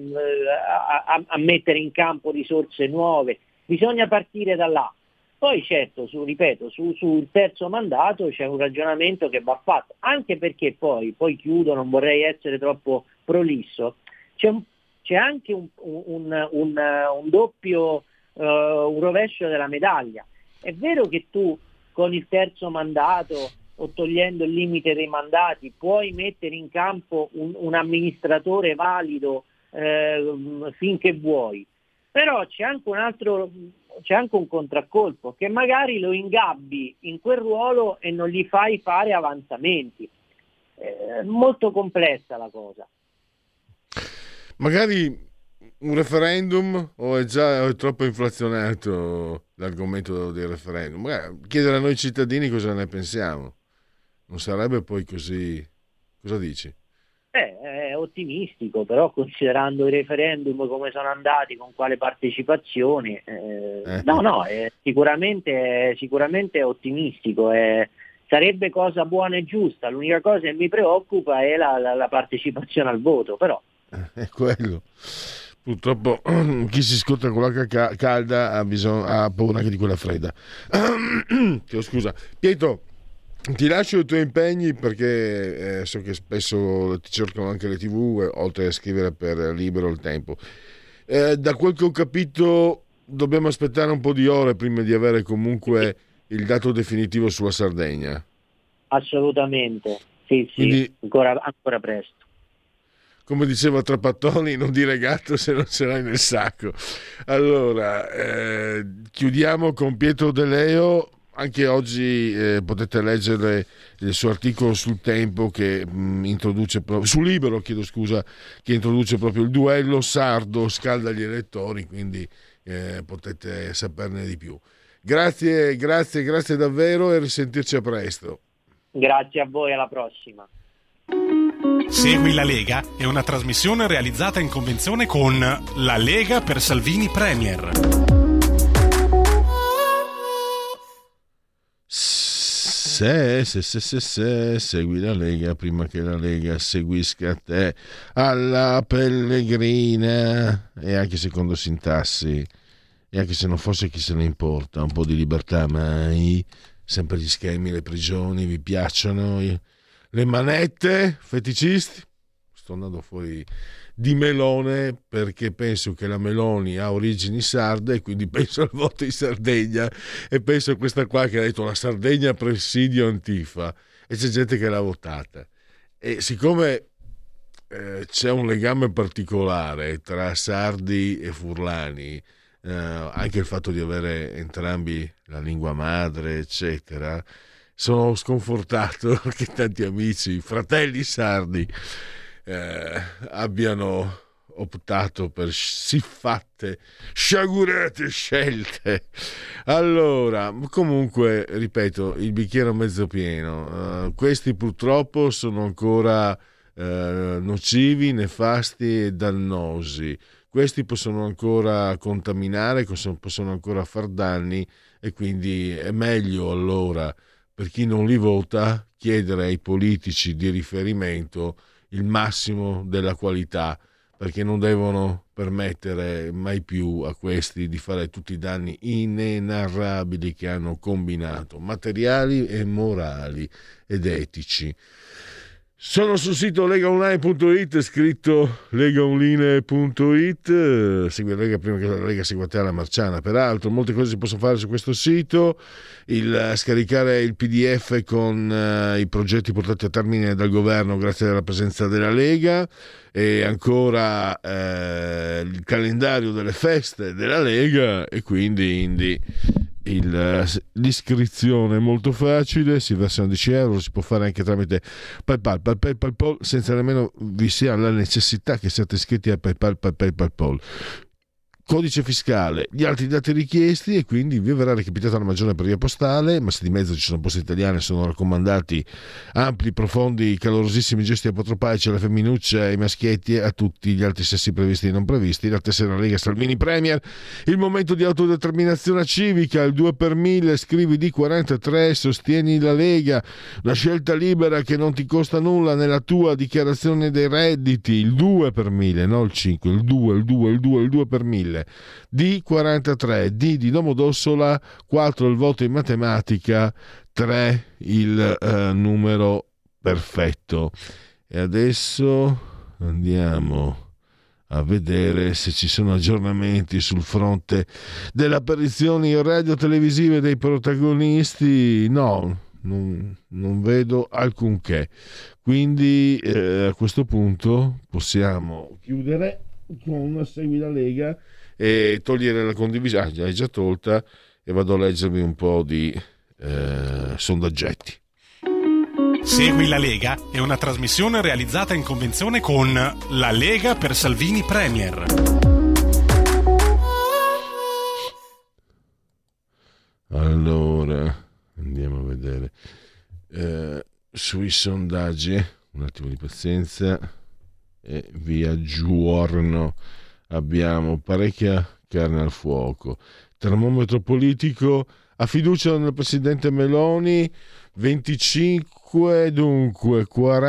mettere in campo risorse nuove. Bisogna partire da là. Poi certo, sul terzo mandato c'è un ragionamento che va fatto, anche perché poi chiudo, non vorrei essere troppo prolisso, c'è anche un doppio, un rovescio della medaglia. È vero che tu con il terzo mandato o togliendo il limite dei mandati puoi mettere in campo un amministratore valido finché vuoi, però c'è anche un contraccolpo, che magari lo ingabbi in quel ruolo e non gli fai fare avanzamenti. Molto complessa la cosa. Magari un referendum, o è troppo inflazionato l'argomento del referendum? Magari chiedere a noi cittadini cosa ne pensiamo. Non sarebbe poi così. Cosa dici? È ottimistico, però considerando i referendum come sono andati, con quale partecipazione, sicuramente è ottimistico, sarebbe cosa buona e giusta. L'unica cosa che mi preoccupa è la partecipazione al voto, però. È quello. Purtroppo chi si scotta con l'acqua calda ha paura anche di quella fredda. Scusa. Pietro, ti lascio i tuoi impegni, perché so che spesso ti cercano anche le TV, oltre a scrivere per Libero il Tempo. Da quel che ho capito dobbiamo aspettare un po' di ore prima di avere comunque il dato definitivo sulla Sardegna. Assolutamente, sì. Quindi, ancora presto. Come diceva Trapattoni, non dire gatto se non ce l'hai nel sacco. Allora, chiudiamo con Pietro De Leo. Anche oggi potete leggere il suo articolo sul Tempo che introduce su Libero, che introduce proprio il duello sardo scalda gli elettori, quindi potete saperne di più. Grazie davvero e risentirci a presto. Grazie a voi, alla prossima. Segui la Lega è una trasmissione realizzata in convenzione con La Lega per Salvini Premier. Se, segui la Lega prima che la Lega seguisca te alla Pellegrina. E anche secondo sintassi, e anche se non fosse chi se ne importa, un po' di libertà mai. Sempre gli schemi, le prigioni, vi piacciono le manette, feticisti? Sto andando fuori di melone perché penso che la Meloni ha origini sarde e quindi penso al voto in Sardegna e penso a questa qua che ha detto la Sardegna presidio Antifa e c'è gente che l'ha votata. E siccome c'è un legame particolare tra sardi e furlani, anche il fatto di avere entrambi la lingua madre eccetera, sono sconfortato che tanti amici, fratelli sardi, abbiano optato per siffatte sciagurate scelte. Allora, comunque, ripeto, il bicchiere mezzo pieno. Questi purtroppo sono ancora nocivi, nefasti e dannosi. Questi possono ancora contaminare, possono ancora far danni e quindi è meglio allora, per chi non li vota, chiedere ai politici di riferimento il massimo della qualità, perché non devono permettere mai più a questi di fare tutti i danni inenarrabili che hanno combinato, materiali e morali ed etici. Sono sul sito legaonline.it, scritto legaonline.it, segui la Lega prima che la Lega segua te alla Marciana. Peraltro molte cose si possono fare su questo sito, scaricare il PDF con i progetti portati a termine dal governo grazie alla presenza della Lega, e ancora il calendario delle feste della Lega, e quindi l'iscrizione è molto facile, si versano 10 euro, si può fare anche tramite PayPal, senza nemmeno vi sia la necessità che siate iscritti a PayPal. Codice fiscale, gli altri dati richiesti, e quindi vi verrà recapitata la maggiore per via postale, ma se di mezzo ci sono poste italiane sono raccomandati ampli, profondi, calorosissimi gesti apotropaici alla femminuccia, ai maschietti e a tutti gli altri sessi previsti e non previsti. La tessera Lega Salvini Premier, il momento di autodeterminazione civica, il 2 per 1000, scrivi D43, sostieni la Lega, una scelta libera che non ti costa nulla nella tua dichiarazione dei redditi, il 2 per 1000, no il 5, il 2 per 1000. D43, D di Domodossola, 4 il voto in matematica, 3 il numero perfetto. E adesso andiamo a vedere se ci sono aggiornamenti sul fronte delle apparizioni radio-televisive dei protagonisti. No, non vedo alcunché. Quindi a questo punto possiamo chiudere con Segui la Lega e togliere la condivisione. L'hai già tolta, e vado a leggervi un po' di sondaggetti. Segui la Lega è una trasmissione realizzata in convenzione con La Lega per Salvini Premier. Allora andiamo a vedere sui sondaggi, un attimo di pazienza e vi aggiorno. Abbiamo parecchia carne al fuoco. Termometro politico, a fiducia nel presidente Meloni 25, dunque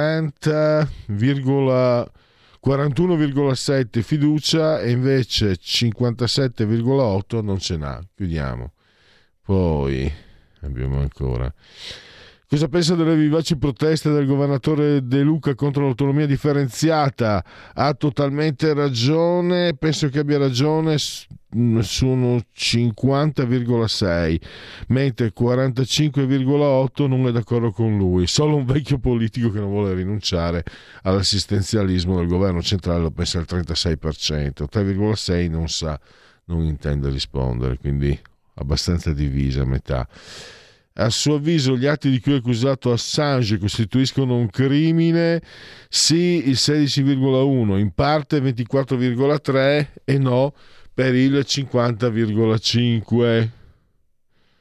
41,7 fiducia, e invece 57,8 non ce n'ha. Chiudiamo. Poi abbiamo ancora: cosa pensa delle vivaci proteste del governatore De Luca contro l'autonomia differenziata? Ha totalmente ragione, penso che abbia ragione, sono 50,6, mentre 45,8 non è d'accordo con lui. Solo un vecchio politico che non vuole rinunciare all'assistenzialismo del governo centrale lo pensa al 36%, 3,6 non sa, non intende rispondere, quindi abbastanza divisa a metà. A suo avviso gli atti di cui è accusato Assange costituiscono un crimine? Sì, il 16,1, in parte 24,3 e no per il 50,5.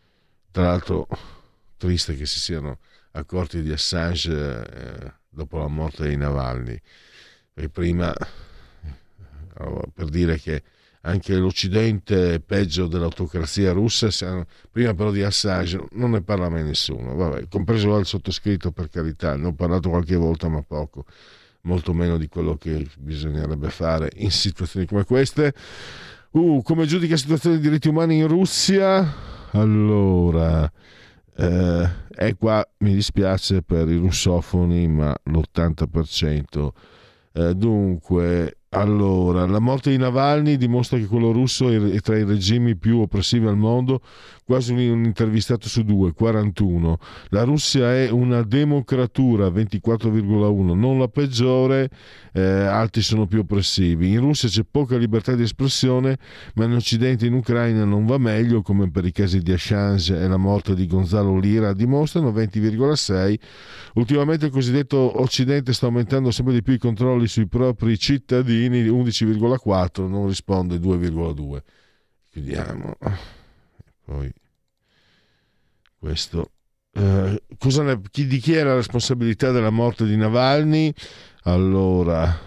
Tra l'altro triste che si siano accorti di Assange dopo la morte di Navalny, e prima, per dire che anche l'Occidente è peggio dell'autocrazia russa, prima però di Assange non ne parla mai nessuno, vabbè, compreso il sottoscritto, per carità, ne ho parlato qualche volta ma poco, molto meno di quello che bisognerebbe fare in situazioni come queste. Come giudica la situazione dei diritti umani in Russia? Allora, qua mi dispiace per i russofoni, ma l'80%. Dunque, allora, la morte di Navalny dimostra che quello russo è tra i regimi più oppressivi al mondo, quasi un intervistato su 2, 41. La Russia è una democratura, 24,1, non la peggiore, altri sono più oppressivi. In Russia c'è poca libertà di espressione, ma in Occidente e in Ucraina non va meglio, come per i casi di Assange e la morte di Gonzalo Lira dimostrano, 20,6. Ultimamente il cosiddetto Occidente sta aumentando sempre di più i controlli sui propri cittadini, 11,4, non risponde 2,2. Chiudiamo. Poi questo di chi è la responsabilità della morte di Navalny? Allora,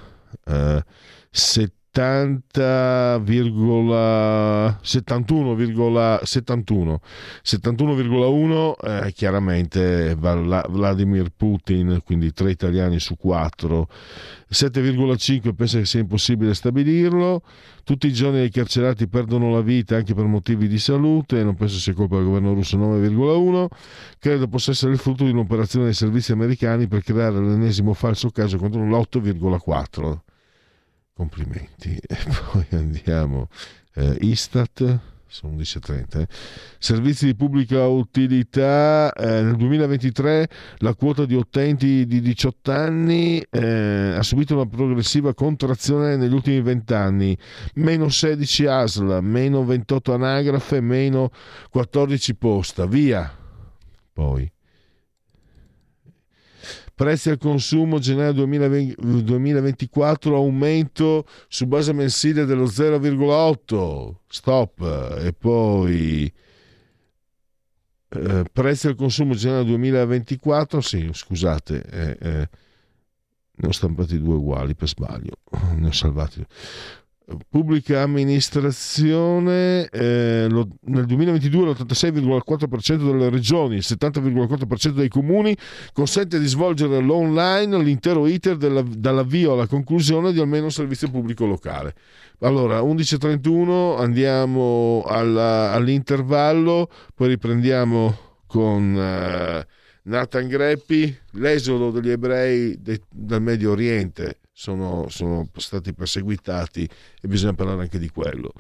71,1 chiaramente Vladimir Putin, quindi 3 italiani su 4. 7,5 pensa che sia impossibile stabilirlo. Tutti i giorni i carcerati perdono la vita anche per motivi di salute, non penso sia colpa del governo russo, 9,1. Credo possa essere il frutto di un'operazione dei servizi americani per creare l'ennesimo falso caso contro l'8,4. Complimenti. E poi andiamo, Istat, sono 11.30. Servizi di pubblica utilità, nel 2023 la quota di utenti di 18 anni ha subito una progressiva contrazione negli ultimi 20 anni, meno 16 ASL, meno 28 anagrafe, meno 14 posta, via. Poi prezzi al consumo gennaio 2024, aumento su base mensile dello 0,8, stop. E poi prezzi al consumo gennaio 2024, sì, scusate, ne ho stampati 2 uguali per sbaglio, ne ho salvati. Pubblica amministrazione, nel 2022 l'86,4% delle regioni, il 70,4% dei comuni consente di svolgere l'online l'intero iter dall'avvio alla conclusione di almeno un servizio pubblico locale. Allora, 11.31, andiamo all'intervallo, poi riprendiamo con Nathan Greppi. L'esodo degli ebrei dal Medio Oriente, sono stati perseguitati e bisogna parlare anche di quello.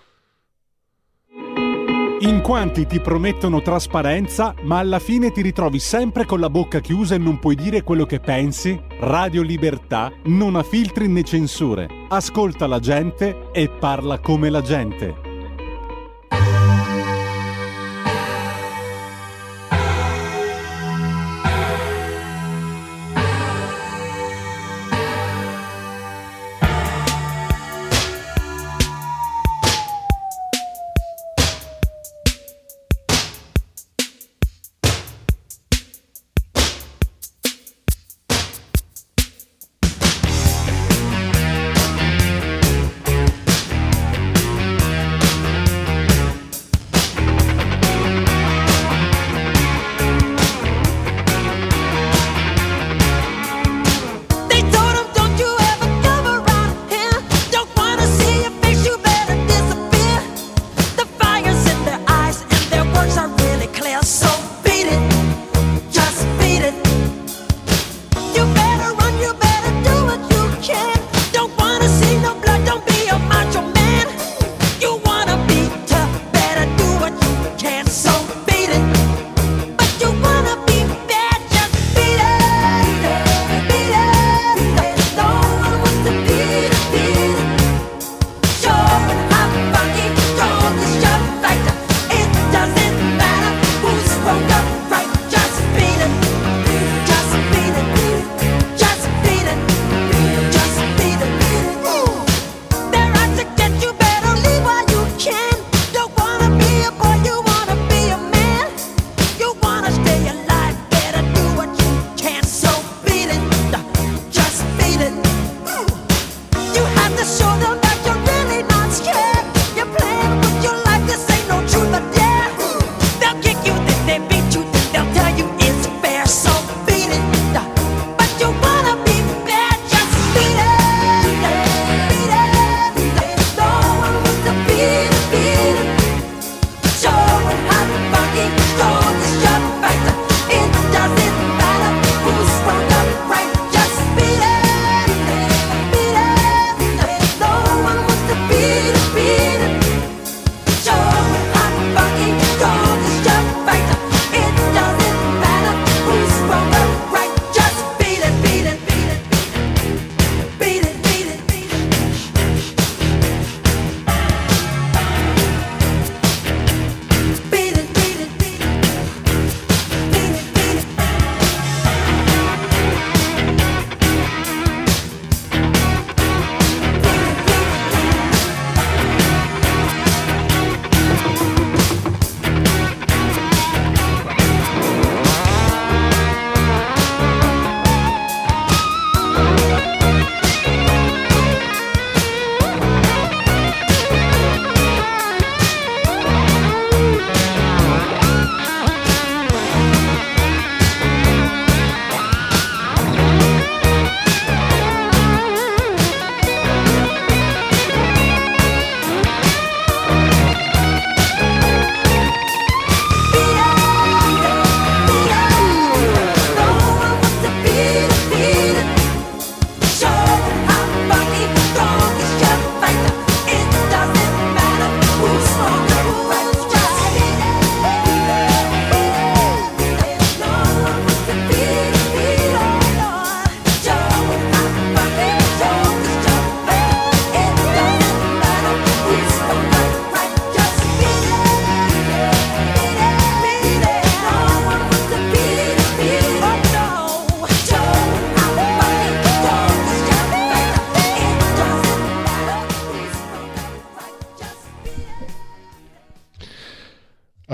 In quanti ti promettono trasparenza, ma alla fine ti ritrovi sempre con la bocca chiusa e non puoi dire quello che pensi? Radio Libertà non ha filtri né censure. Ascolta la gente e parla come la gente.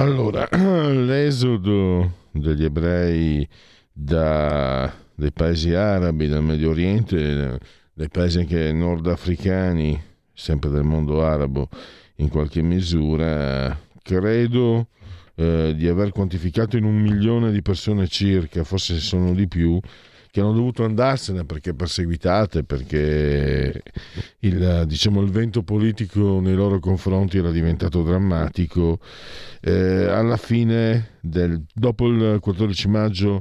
Allora, l'esodo degli ebrei dai paesi arabi, dal Medio Oriente, dai paesi anche nordafricani, sempre del mondo arabo in qualche misura, credo di aver quantificato in 1 milione di persone circa, forse sono di più, che hanno dovuto andarsene perché perseguitate, perché il vento politico nei loro confronti era diventato drammatico. Alla fine, dopo il 14 maggio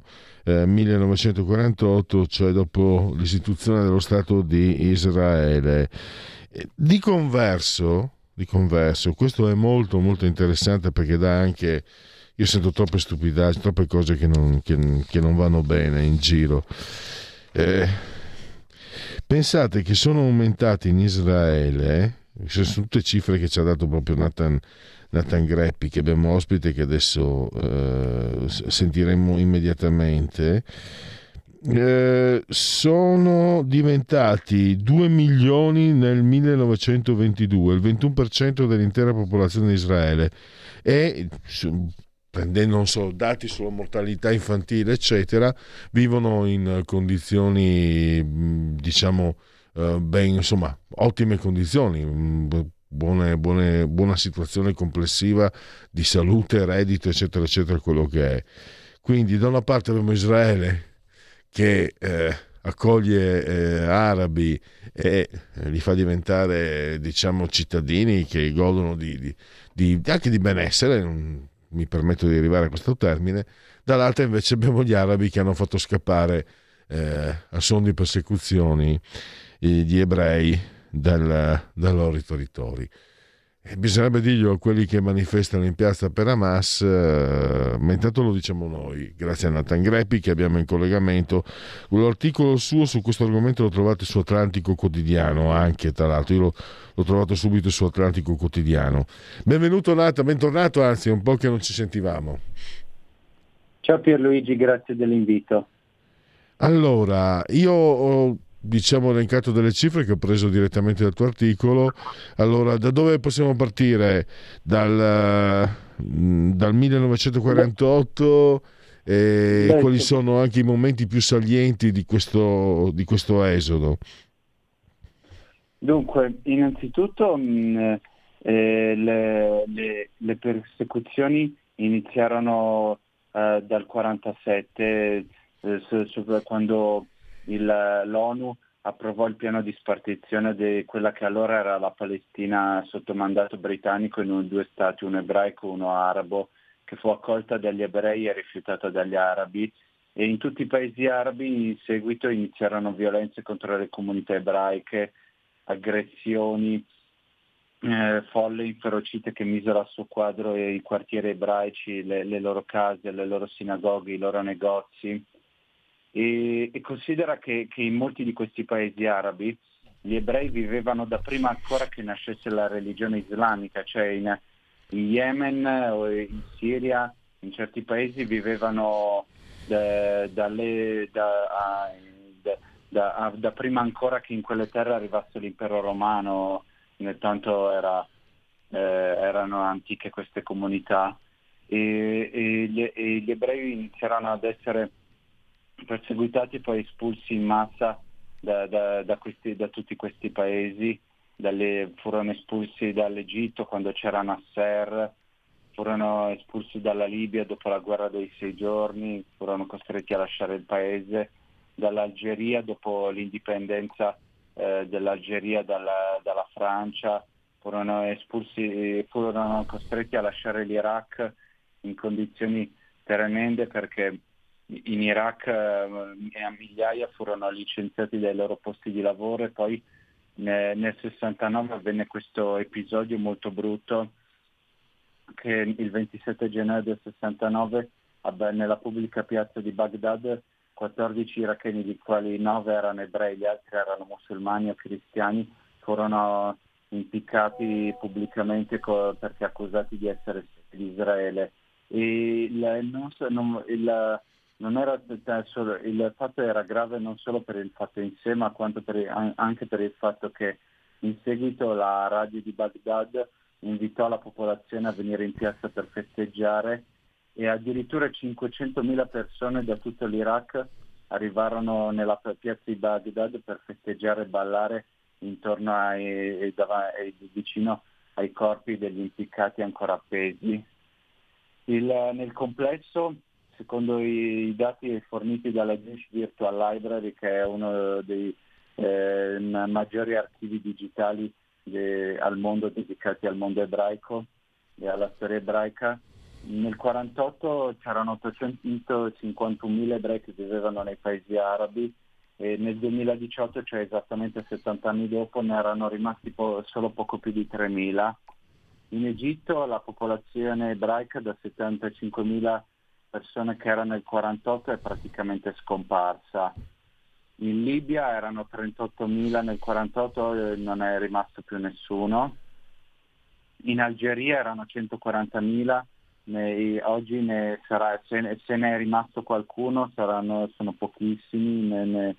1948, cioè dopo l'istituzione dello Stato di Israele. Di converso, questo è molto molto interessante, perché dà anche, io sento troppe stupidaggini, troppe cose che non vanno bene in giro. Pensate che sono aumentati in Israele, sono tutte cifre che ci ha dato proprio Nathan Greppi, che abbiamo ospite, che adesso sentiremo immediatamente. Sono diventati 2 milioni nel 1922, il 21% dell'intera popolazione di Israele, e prendendo non solo dati sulla mortalità infantile eccetera, vivono in condizioni ottime condizioni, buona situazione complessiva di salute, reddito eccetera eccetera, quello che è. Quindi da una parte abbiamo Israele che accoglie arabi e li fa diventare cittadini che godono anche di benessere, mi permetto di arrivare a questo termine. Dall'altra invece abbiamo gli arabi che hanno fatto scappare a suon di persecuzioni gli ebrei dai loro territori. Bisognerebbe dirglielo a quelli che manifestano in piazza per Hamas, ma intanto lo diciamo noi, grazie a Nathan Greppi che abbiamo in collegamento. L'articolo suo su questo argomento lo trovate su Atlantico Quotidiano, anche tra l'altro io l'ho trovato subito su Atlantico Quotidiano. Benvenuto Nathan, bentornato, anzi è un po' che non ci sentivamo. Ciao Pierluigi, grazie dell'invito. Allora, io ho elencato delle cifre che ho preso direttamente dal tuo articolo. Allora, da dove possiamo partire? Dal 1948, quali sono anche i momenti più salienti di questo esodo? Dunque, innanzitutto le persecuzioni iniziarono dal 47, quando l'ONU approvò il piano di spartizione di quella che allora era la Palestina sotto mandato britannico in 2 stati, uno ebraico e uno arabo, che fu accolta dagli ebrei e rifiutata dagli arabi, e in tutti i paesi arabi in seguito iniziarono violenze contro le comunità ebraiche, aggressioni, folle inferocite che misero a suo quadro i quartieri ebraici, le loro case, le loro sinagoghe, i loro negozi. E considera che in molti di questi paesi arabi gli ebrei vivevano da prima ancora che nascesse la religione islamica, cioè in Yemen o in Siria, in certi paesi vivevano da prima ancora che in quelle terre arrivasse l'impero romano, nel tanto erano antiche queste comunità, e gli ebrei iniziarono ad essere perseguitati e poi espulsi in massa da tutti questi paesi. Furono espulsi dall'Egitto quando c'era Nasser, furono espulsi dalla Libia dopo la guerra dei 6 giorni, furono costretti a lasciare il paese, dall'Algeria dopo l'indipendenza dell'Algeria dalla Francia, furono costretti a lasciare l'Iraq in condizioni tremende, perché in Iraq a migliaia furono licenziati dai loro posti di lavoro. E poi nel 69 avvenne questo episodio molto brutto, che il 27 gennaio del 69 nella pubblica piazza di Baghdad 14 iracheni, di quali 9 erano ebrei, gli altri erano musulmani o cristiani, furono impiccati pubblicamente perché accusati di essere di Israele. E non era solo, il fatto era grave non solo per il fatto in sé, ma quanto anche per il fatto che in seguito la radio di Baghdad invitò la popolazione a venire in piazza per festeggiare e addirittura 500.000 persone da tutto l'Iraq arrivarono nella piazza di Baghdad per festeggiare e ballare intorno vicino ai corpi degli impiccati ancora appesi. Nel complesso, secondo i dati forniti dalla Jewish Virtual Library, che è uno dei maggiori archivi digitali al mondo dedicati al mondo ebraico e alla storia ebraica, nel 1948 c'erano 851.000 ebrei che vivevano nei paesi arabi e nel 2018, cioè esattamente 70 anni dopo, ne erano rimasti solo poco più di 3.000. In Egitto la popolazione ebraica da 75.000 persone che era nel 1948 è praticamente scomparsa. In Libia erano 38.000 nel 1948 e non è rimasto più nessuno. In Algeria erano 140.000. Oggi se ne è rimasto qualcuno sono pochissimi.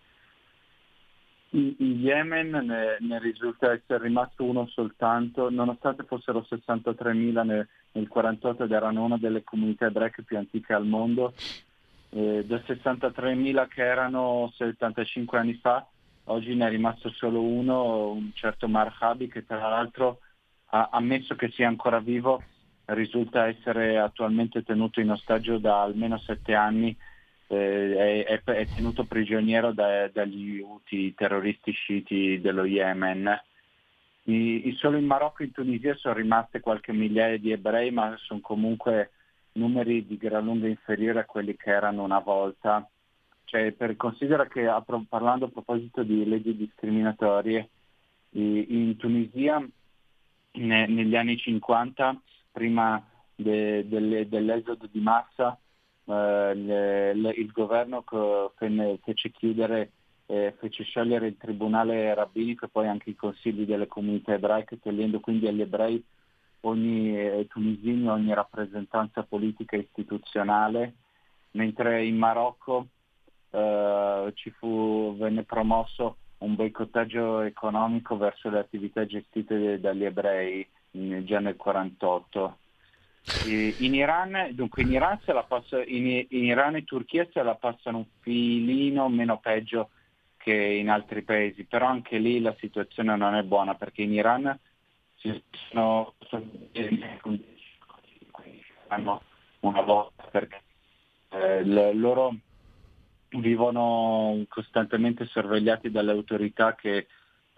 In Yemen ne risulta essere rimasto uno soltanto, nonostante fossero 63.000 nel 48 ed erano una delle comunità ebraiche più antiche al mondo. Da 63.000 che erano 75 anni fa, oggi ne è rimasto solo uno, un certo Marhabi, che tra l'altro ha ammesso che sia ancora vivo. Risulta essere attualmente tenuto in ostaggio da almeno 7 anni, è tenuto prigioniero dagli Houthi, terroristi sciiti dello Yemen. Solo in Marocco e in Tunisia sono rimaste qualche migliaia di ebrei, ma sono comunque numeri di gran lunga inferiori a quelli che erano una volta. Considera che, parlando a proposito di leggi discriminatorie, in Tunisia negli anni 50, prima dell'esodo di massa, il governo fece sciogliere il tribunale rabbinico e poi anche i consigli delle comunità ebraiche, togliendo quindi agli ebrei tunisini ogni rappresentanza politica e istituzionale, mentre in Marocco venne promosso un boicottaggio economico verso le attività gestite dagli ebrei già nel 1948. In Iran e Turchia se la passano un filino meno peggio che in altri paesi, però anche lì la situazione non è buona, perché in Iran hanno una volta, perché loro vivono costantemente sorvegliati dalle autorità che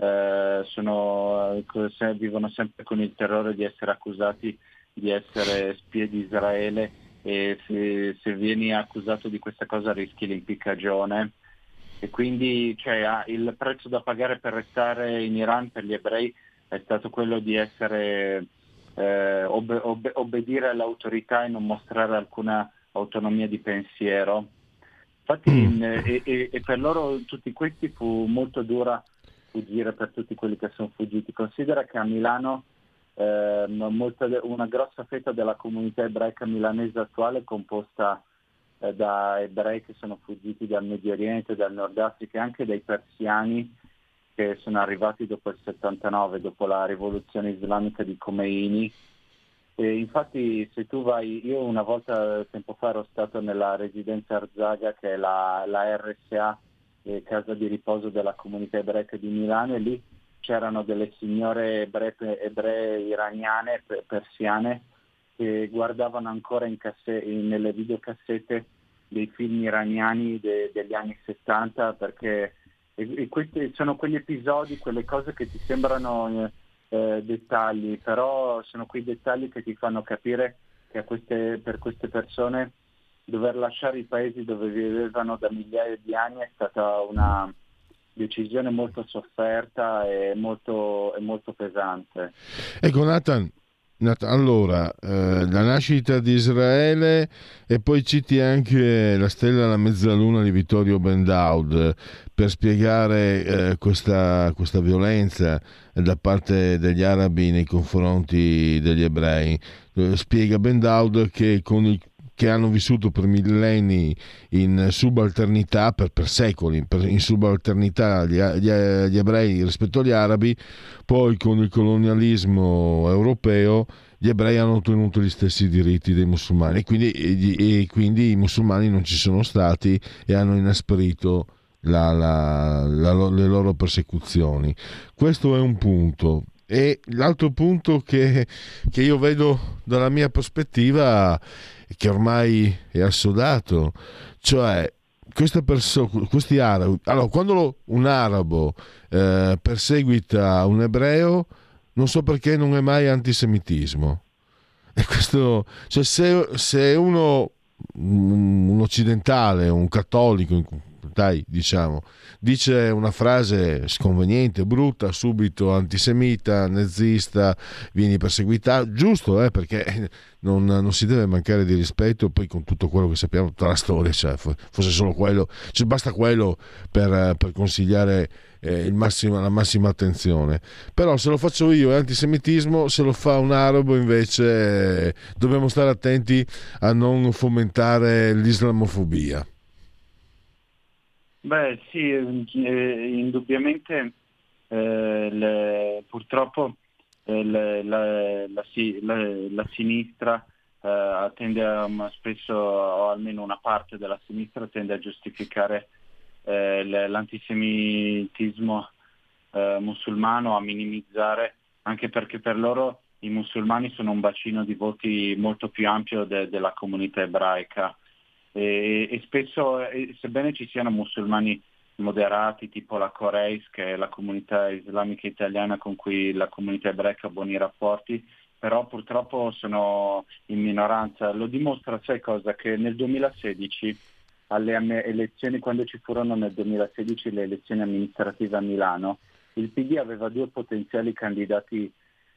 vivono sempre con il terrore di essere accusati di essere spie di Israele, e se vieni accusato di questa cosa rischi l'impiccagione. E quindi il prezzo da pagare per restare in Iran per gli ebrei è stato quello di essere obbedire alle autorità e non mostrare alcuna autonomia di pensiero. Infatti e per loro tutti questi fu molto dura fuggire, per tutti quelli che sono fuggiti. Considera che a Milano una grossa fetta della comunità ebraica milanese attuale è composta da ebrei che sono fuggiti dal Medio Oriente, dal Nord Africa e anche dai persiani che sono arrivati dopo il 79, dopo la rivoluzione islamica di Khomeini. E infatti se tu vai, io una volta tempo fa ero stato nella residenza Arzaga, che è la RSA, casa di riposo della comunità ebraica di Milano, e lì c'erano delle signore ebree iraniane, persiane, che guardavano ancora nelle videocassette dei film iraniani degli anni 70, perché questi sono quegli episodi, quelle cose che ti sembrano dettagli, però sono quei dettagli che ti fanno capire che per queste persone dover lasciare i paesi dove vivevano da migliaia di anni è stata una decisione molto sofferta e molto pesante. Ecco Nathan, allora la nascita di Israele, e poi citi anche la stella alla mezzaluna di Vittorio Ben-Daoud per spiegare questa violenza da parte degli arabi nei confronti degli ebrei. Spiega Ben-Daoud che con il che hanno vissuto per millenni in subalternità, per secoli, in subalternità gli ebrei rispetto agli arabi, poi con il colonialismo europeo gli ebrei hanno ottenuto gli stessi diritti dei musulmani e quindi i musulmani non ci sono stati e hanno inasprito le loro persecuzioni. Questo è un punto. E l'altro punto che io vedo dalla mia prospettiva, che ormai è assodato, cioè questi arabi, allora quando un arabo perseguita un ebreo, non so perché non è mai antisemitismo. E questo, cioè se uno, un occidentale, un cattolico, diciamo, dice una frase sconveniente, brutta, subito antisemita, nazista, vieni perseguitato, giusto, perché non si deve mancare di rispetto, poi con tutto quello che sappiamo, tutta la storia, cioè, fosse solo quello, cioè, basta quello per consigliare la massima attenzione. Però se lo faccio io è antisemitismo, se lo fa un arabo invece dobbiamo stare attenti a non fomentare l'islamofobia. Beh sì, indubbiamente purtroppo la sinistra tende spesso, o almeno una parte della sinistra tende a giustificare l'antisemitismo musulmano, a minimizzare, anche perché per loro i musulmani sono un bacino di voti molto più ampio della comunità ebraica. E spesso, sebbene ci siano musulmani moderati tipo la Coreis, che è la comunità islamica italiana con cui la comunità ebraica ha buoni rapporti, però purtroppo sono in minoranza. Lo dimostra, sai cosa? Che nel 2016, alle elezioni, quando ci furono nel 2016 le elezioni amministrative a Milano, il PD aveva due potenziali candidati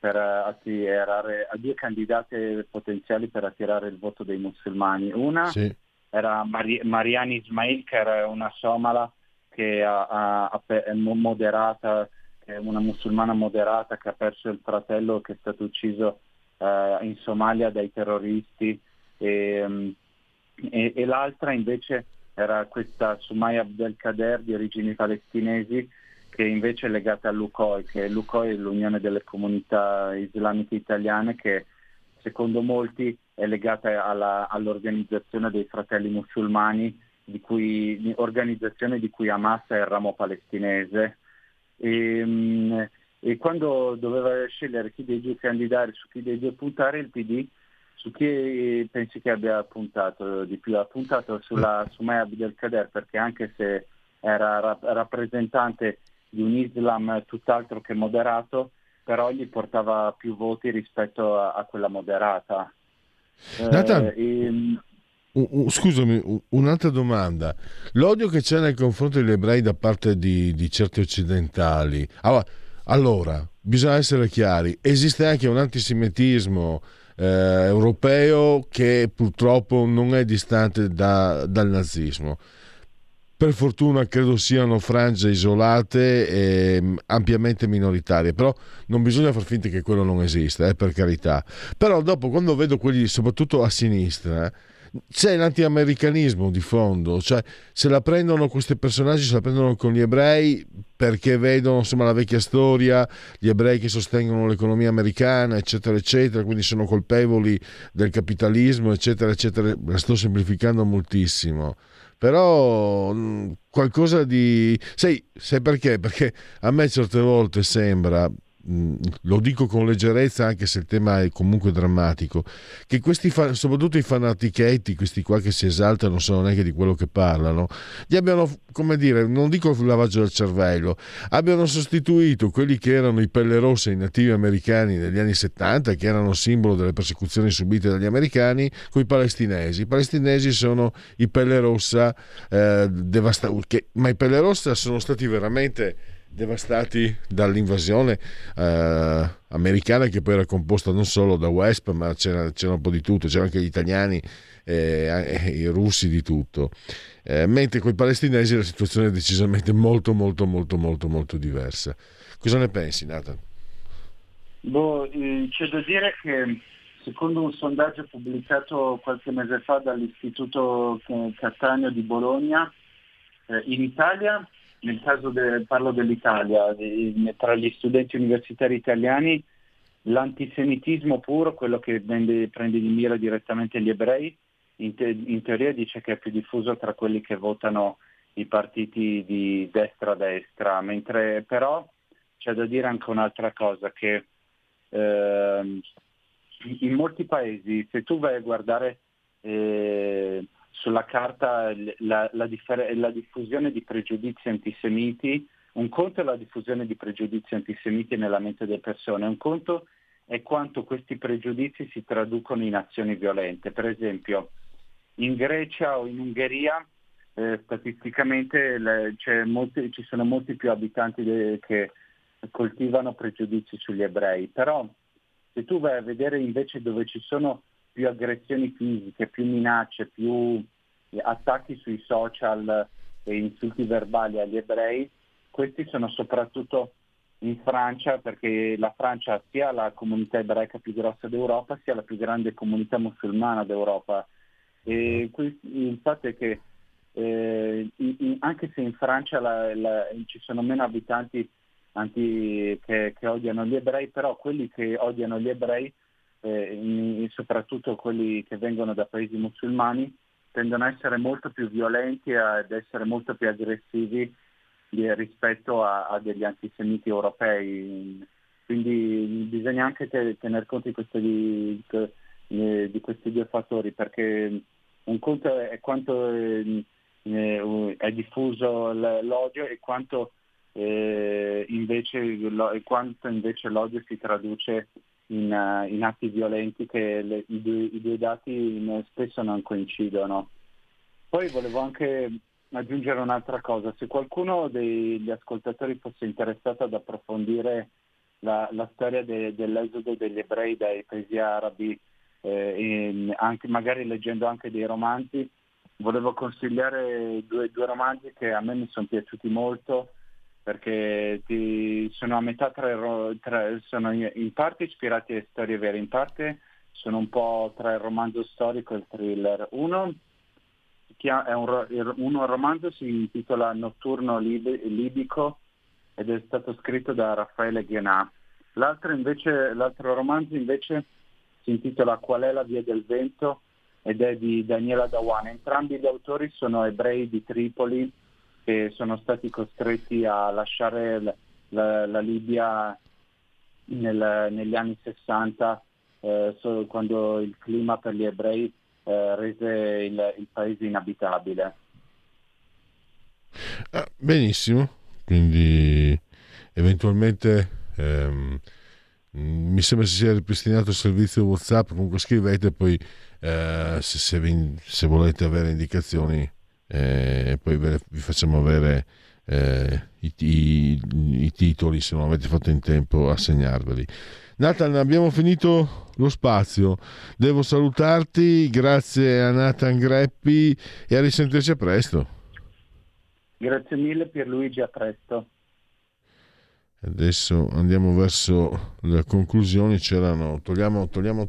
due candidate potenziali per attirare il voto dei musulmani. Una sì. Era Mariani Ismail, che era una somala che è moderata, è una musulmana moderata che ha perso il fratello, che è stato ucciso in Somalia dai terroristi, e l'altra invece era questa Sumaya Abdelkader, di origini palestinesi, che invece è legata all'UCOI, che l'UCOI è l'Unione delle Comunità Islamiche Italiane, che secondo molti è legata all'organizzazione dei Fratelli Musulmani, organizzazione di cui Hamas è il ramo palestinese. E quando doveva scegliere chi dei due candidare, su chi dei due puntare, il PD, su chi pensi che abbia puntato di più? Ha puntato sulla Sumaya Abdelkader, perché anche se era rappresentante di un Islam tutt'altro che moderato, però gli portava più voti rispetto a quella moderata. Scusami, un'altra domanda. L'odio che c'è nei confronti degli ebrei da parte di certi occidentali, allora bisogna essere chiari, esiste anche un antisemitismo europeo che purtroppo non è distante dal nazismo. Per fortuna credo siano frange isolate e ampiamente minoritarie, però non bisogna far finta che quello non esista, per carità. Però dopo, quando vedo quelli, soprattutto a sinistra, c'è l'anti-americanismo di fondo, cioè se la prendono questi personaggi, se la prendono con gli ebrei perché vedono insomma la vecchia storia, gli ebrei che sostengono l'economia americana, eccetera, eccetera, quindi sono colpevoli del capitalismo, eccetera, eccetera. La sto semplificando moltissimo. Però qualcosa di... Sai perché? Perché a me certe volte sembra, lo dico con leggerezza anche se il tema è comunque drammatico, che questi soprattutto i fanatichetti, questi qua che si esaltano, non sanno neanche di quello che parlano, gli abbiano, come dire, non dico il lavaggio del cervello, abbiano sostituito quelli che erano i pelle rosse, i nativi americani negli anni 70, che erano simbolo delle persecuzioni subite dagli americani, con i palestinesi. I palestinesi sono i pelle rossa devastati, ma i pelle rossa sono stati veramente devastati dall'invasione americana, che poi era composta non solo da WESP, ma c'era un po' di tutto, c'erano anche gli italiani, i russi, di tutto, mentre con i palestinesi la situazione è decisamente molto molto molto molto molto diversa. Cosa ne pensi, Nathan? C'è da dire che secondo un sondaggio pubblicato qualche mese fa dall'Istituto Cattaneo di Bologna, in Italia, nel caso parlo dell'Italia, tra gli studenti universitari italiani, l'antisemitismo puro, quello che prende di mira direttamente gli ebrei, in teoria dice che è più diffuso tra quelli che votano i partiti di destra, mentre però c'è da dire anche un'altra cosa, che in molti paesi, se tu vai a guardare sulla carta la diffusione di pregiudizi antisemiti, un conto è la diffusione di pregiudizi antisemiti nella mente delle persone, un conto è quanto questi pregiudizi si traducono in azioni violente. Per esempio, in Grecia o in Ungheria statisticamente ci sono molti più abitanti che coltivano pregiudizi sugli ebrei, però se tu vai a vedere invece dove ci sono più aggressioni fisiche, più minacce, più attacchi sui social e insulti verbali agli ebrei, questi sono soprattutto in Francia, perché la Francia ha sia la comunità ebraica più grossa d'Europa, sia la più grande comunità musulmana d'Europa. E il fatto è che anche se in Francia ci sono meno abitanti che odiano gli ebrei, però quelli che odiano gli ebrei, soprattutto quelli che vengono da paesi musulmani, tendono a essere molto più violenti, ad essere molto più aggressivi rispetto a degli antisemiti europei. Quindi bisogna anche tener conto di questi due fattori, perché un conto è quanto è diffuso l'odio e quanto invece l'odio si traduce in atti violenti, che i due dati spesso non coincidono. Poi volevo anche aggiungere un'altra cosa: se qualcuno degli ascoltatori fosse interessato ad approfondire la storia dell'esodo degli ebrei dai paesi arabi, anche magari leggendo anche dei romanzi, volevo consigliare due romanzi che a me mi sono piaciuti molto, perché sono a metà sono in parte ispirati a storie vere, in parte sono un po' tra il romanzo storico e il thriller. Uno romanzo si intitola Notturno libico ed è stato scritto da Raffaele Ghenà. L'altro romanzo invece si intitola Qual è la via del vento ed è di Daniela Dawan. Entrambi gli autori sono ebrei di Tripoli che sono stati costretti a lasciare la Libia negli anni 60, quando il clima per gli ebrei rese il paese inabitabile. Benissimo, quindi eventualmente mi sembra si sia ripristinato il servizio WhatsApp. Comunque scrivete poi se volete avere indicazioni, poi vi facciamo avere i titoli, se non avete fatto in tempo a segnarveli. Nathan, abbiamo finito lo spazio, devo salutarti, grazie a Nathan Greppi e a risentirci a presto. Grazie mille Pierluigi, a presto. Adesso andiamo verso le conclusioni. C'erano togliamo,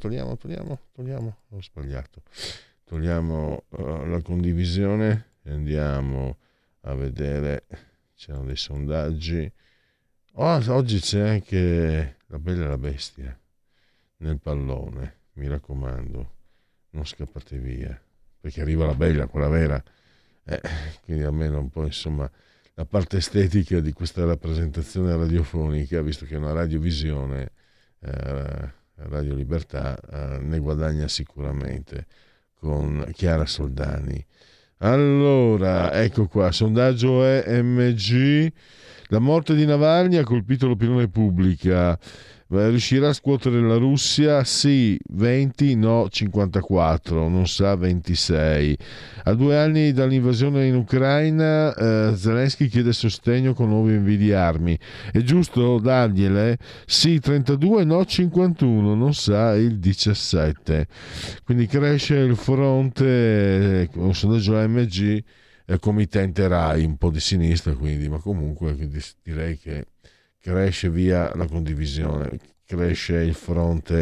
ho sbagliato, togliamo la condivisione e andiamo a vedere, c'erano dei sondaggi. Oggi c'è anche La Bella e la Bestia nel pallone, mi raccomando, non scappate via, perché arriva la bella, quella vera, quindi almeno un po', insomma, la parte estetica di questa rappresentazione radiofonica, visto che è una radiovisione, Radio Libertà ne guadagna sicuramente con Chiara Soldani. Allora, ecco qua, sondaggio EMG: la morte di Navalny ha colpito l'opinione pubblica. Riuscirà a scuotere la Russia? Sì, 20, no, 54, non sa 26. A 2 anni dall'invasione in Ucraina, Zelensky chiede sostegno con nuovi invii di armi. È giusto dargliele? Sì, 32, no, 51, non sa il 17. Quindi cresce il fronte, un sondaggio AMG, committente Rai, un po' di sinistra, quindi, ma comunque direi che cresce via la condivisione, cresce il fronte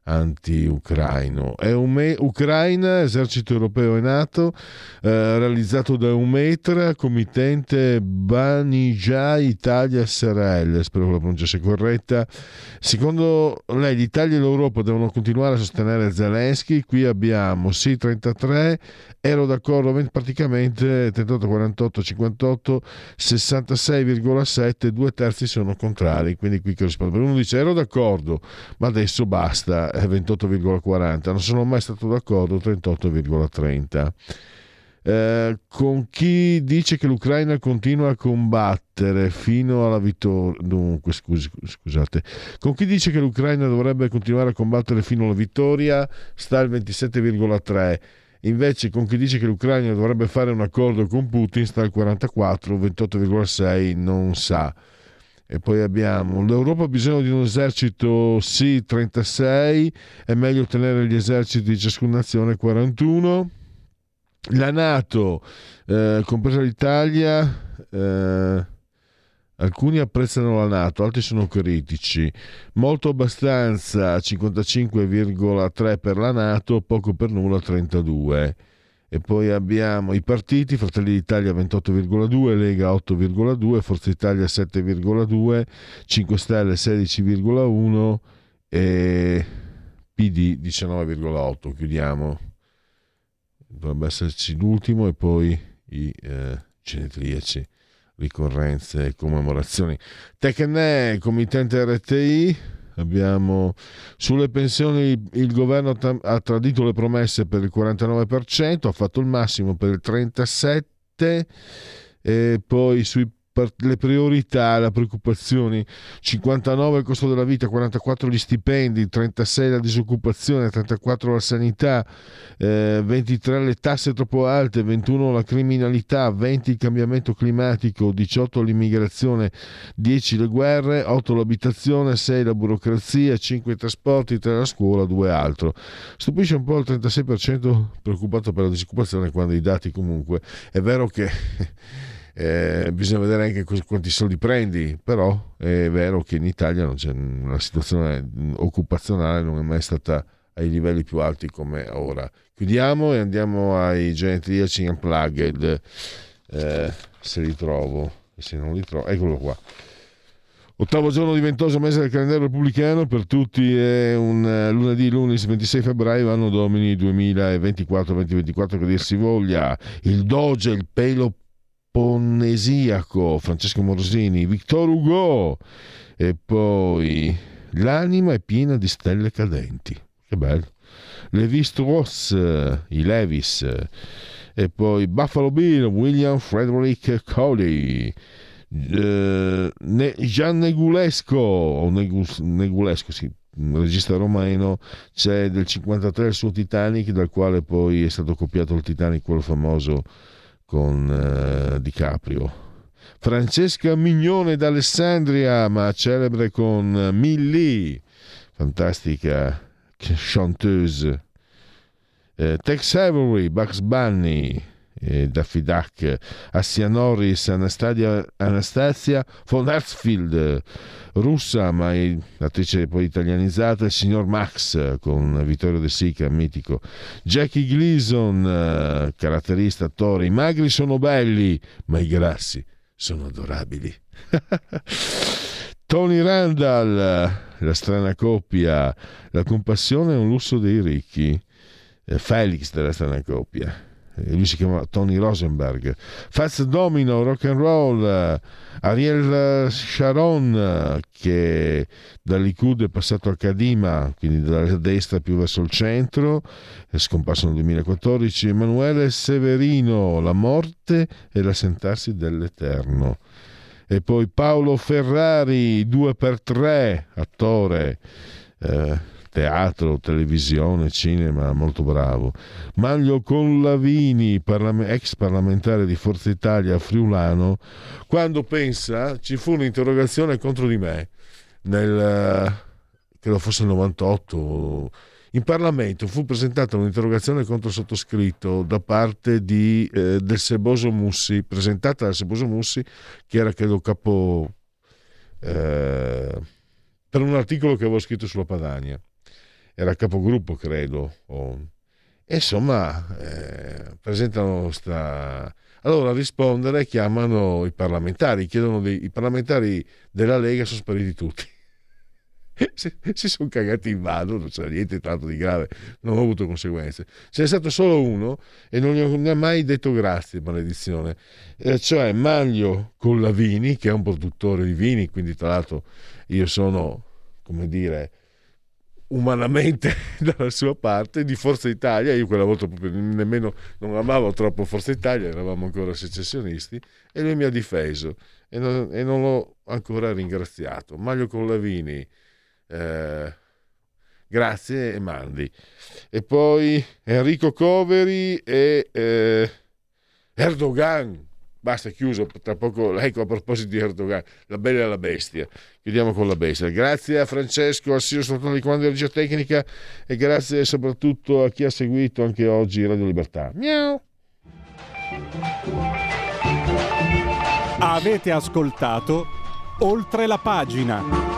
anti-ucraino. Ucraina, esercito europeo e NATO, realizzato da Eumetra, committente Banijay Italia SRL, spero che la pronuncia sia corretta. Secondo lei l'Italia e l'Europa devono continuare a sostenere Zelensky. Qui abbiamo sì 33, ero d'accordo praticamente 38, 48, 58, 66,7, 2/3 sono contrari, quindi qui corrisponde. Uno dice ero d'accordo ma adesso basta, 28,40, non sono mai stato d'accordo, 38,30. Con chi dice che l'Ucraina continua a combattere fino alla vittoria, dunque scusate, con chi dice che l'Ucraina dovrebbe continuare a combattere fino alla vittoria sta il 27,3, invece con chi dice che l'Ucraina dovrebbe fare un accordo con Putin sta il 44, 28,6 non sa. E poi abbiamo l'Europa ha bisogno di un esercito, sì 36, è meglio tenere gli eserciti di ciascuna nazione, 41. La NATO, compresa l'Italia, alcuni apprezzano la NATO, altri sono critici, molto abbastanza 55,3 per la NATO, poco per nulla 32. E poi abbiamo i partiti, Fratelli d'Italia 28,2, Lega 8,2, Forza Italia 7,2, 5 Stelle 16,1 e PD 19,8. Chiudiamo, dovrebbe esserci l'ultimo e poi i genetriaci, ricorrenze e commemorazioni. Tecne, committente RTI. Abbiamo sulle pensioni, il governo ha tradito le promesse per il 49%, ha fatto il massimo per il 37%, e poi le priorità, le preoccupazioni: 59 il costo della vita, 44 gli stipendi, 36 la disoccupazione, 34 la sanità, 23 le tasse troppo alte, 21 la criminalità, 20 il cambiamento climatico, 18 l'immigrazione, 10 le guerre, 8 l'abitazione, 6 la burocrazia, 5 i trasporti, 3 la scuola, 2 altro. Stupisce un po' il 36% preoccupato per la disoccupazione, quando i dati comunque è vero che bisogna vedere anche quanti soldi prendi, però è vero che in Italia non c'è una situazione occupazionale, non è mai stata ai livelli più alti come ora. Chiudiamo e andiamo ai genetriaci unplugged, se li trovo, se non li trovo, eccolo qua. 8° giorno di ventoso mese del calendario repubblicano, per tutti è un lunedì, lunis 26 febbraio, anno domini 2024, che dir si voglia. Il doge, il pelo Ponnesiaco, Francesco Morsini, Victor Hugo, e poi l'anima è piena di stelle cadenti, che bello, Levi Strauss, i Levis, e poi Buffalo Bill, William Frederick Cody, Gian Negulesco, o Negulesco, sì, un regista romano, c'è del 53 il suo Titanic, dal quale poi è stato copiato il Titanic, quello famoso con DiCaprio. Francesca Mignone d'Alessandria, ma celebre con Millie, fantastica chanteuse. Tex Avery, Bugs Bunny, Daffy Duck, Assia Norris, Anastasia von Herzfeld, russa ma l'attrice poi italianizzata, il signor Max con Vittorio De Sica, mitico, Jackie Gleason, caratterista, attore. I magri sono belli ma i grassi sono adorabili. Tony Randall, la strana coppia, la compassione è un lusso dei ricchi. Felix della strana coppia, lui si chiama Tony Rosenberg. Fats Domino, rock and roll, Ariel Sharon, che dal Likud è passato al Kadima, quindi dalla destra più verso il centro, è scomparso nel 2014. Emanuele Severino, La morte e l'assentarsi dell'eterno. E poi Paolo Ferrari, 2x3, attore, teatro, televisione, cinema, molto bravo. Manlio Collavini, ex parlamentare di Forza Italia friulano, quando pensa ci fu un'interrogazione contro di me credo fosse il 98, in Parlamento fu presentata un'interrogazione contro il sottoscritto da parte del Seboso Mussi, presentata dal Seboso Mussi, che era credo capo per un articolo che avevo scritto sulla Padania. era capogruppo credo, e insomma presentano allora a rispondere chiamano i parlamentari, chiedono i parlamentari della Lega sono spariti tutti. Si sono cagati in mano, non c'era niente tanto di grave, non ho avuto conseguenze. Ce n'è stato solo uno e non gli ha mai detto grazie, maledizione, cioè Manlio Collavini, che è un produttore di vini, quindi tra l'altro io sono, come dire, umanamente dalla sua parte, di Forza Italia. Io quella volta proprio nemmeno non amavo troppo Forza Italia, eravamo ancora secessionisti, e lui mi ha difeso e non l'ho ancora ringraziato. Manlio Collavini, grazie e mandi. E poi Enrico Coveri e Erdogan. Basta, chiuso, tra poco. Ecco, a proposito di Erdogan, La Bella e la Bestia, chiudiamo con La Bestia. Grazie a Francesco, al signor Statale di Comando di Regia Tecnica, e grazie soprattutto a chi ha seguito anche oggi Radio Libertà. Miau. Avete ascoltato Oltre la pagina.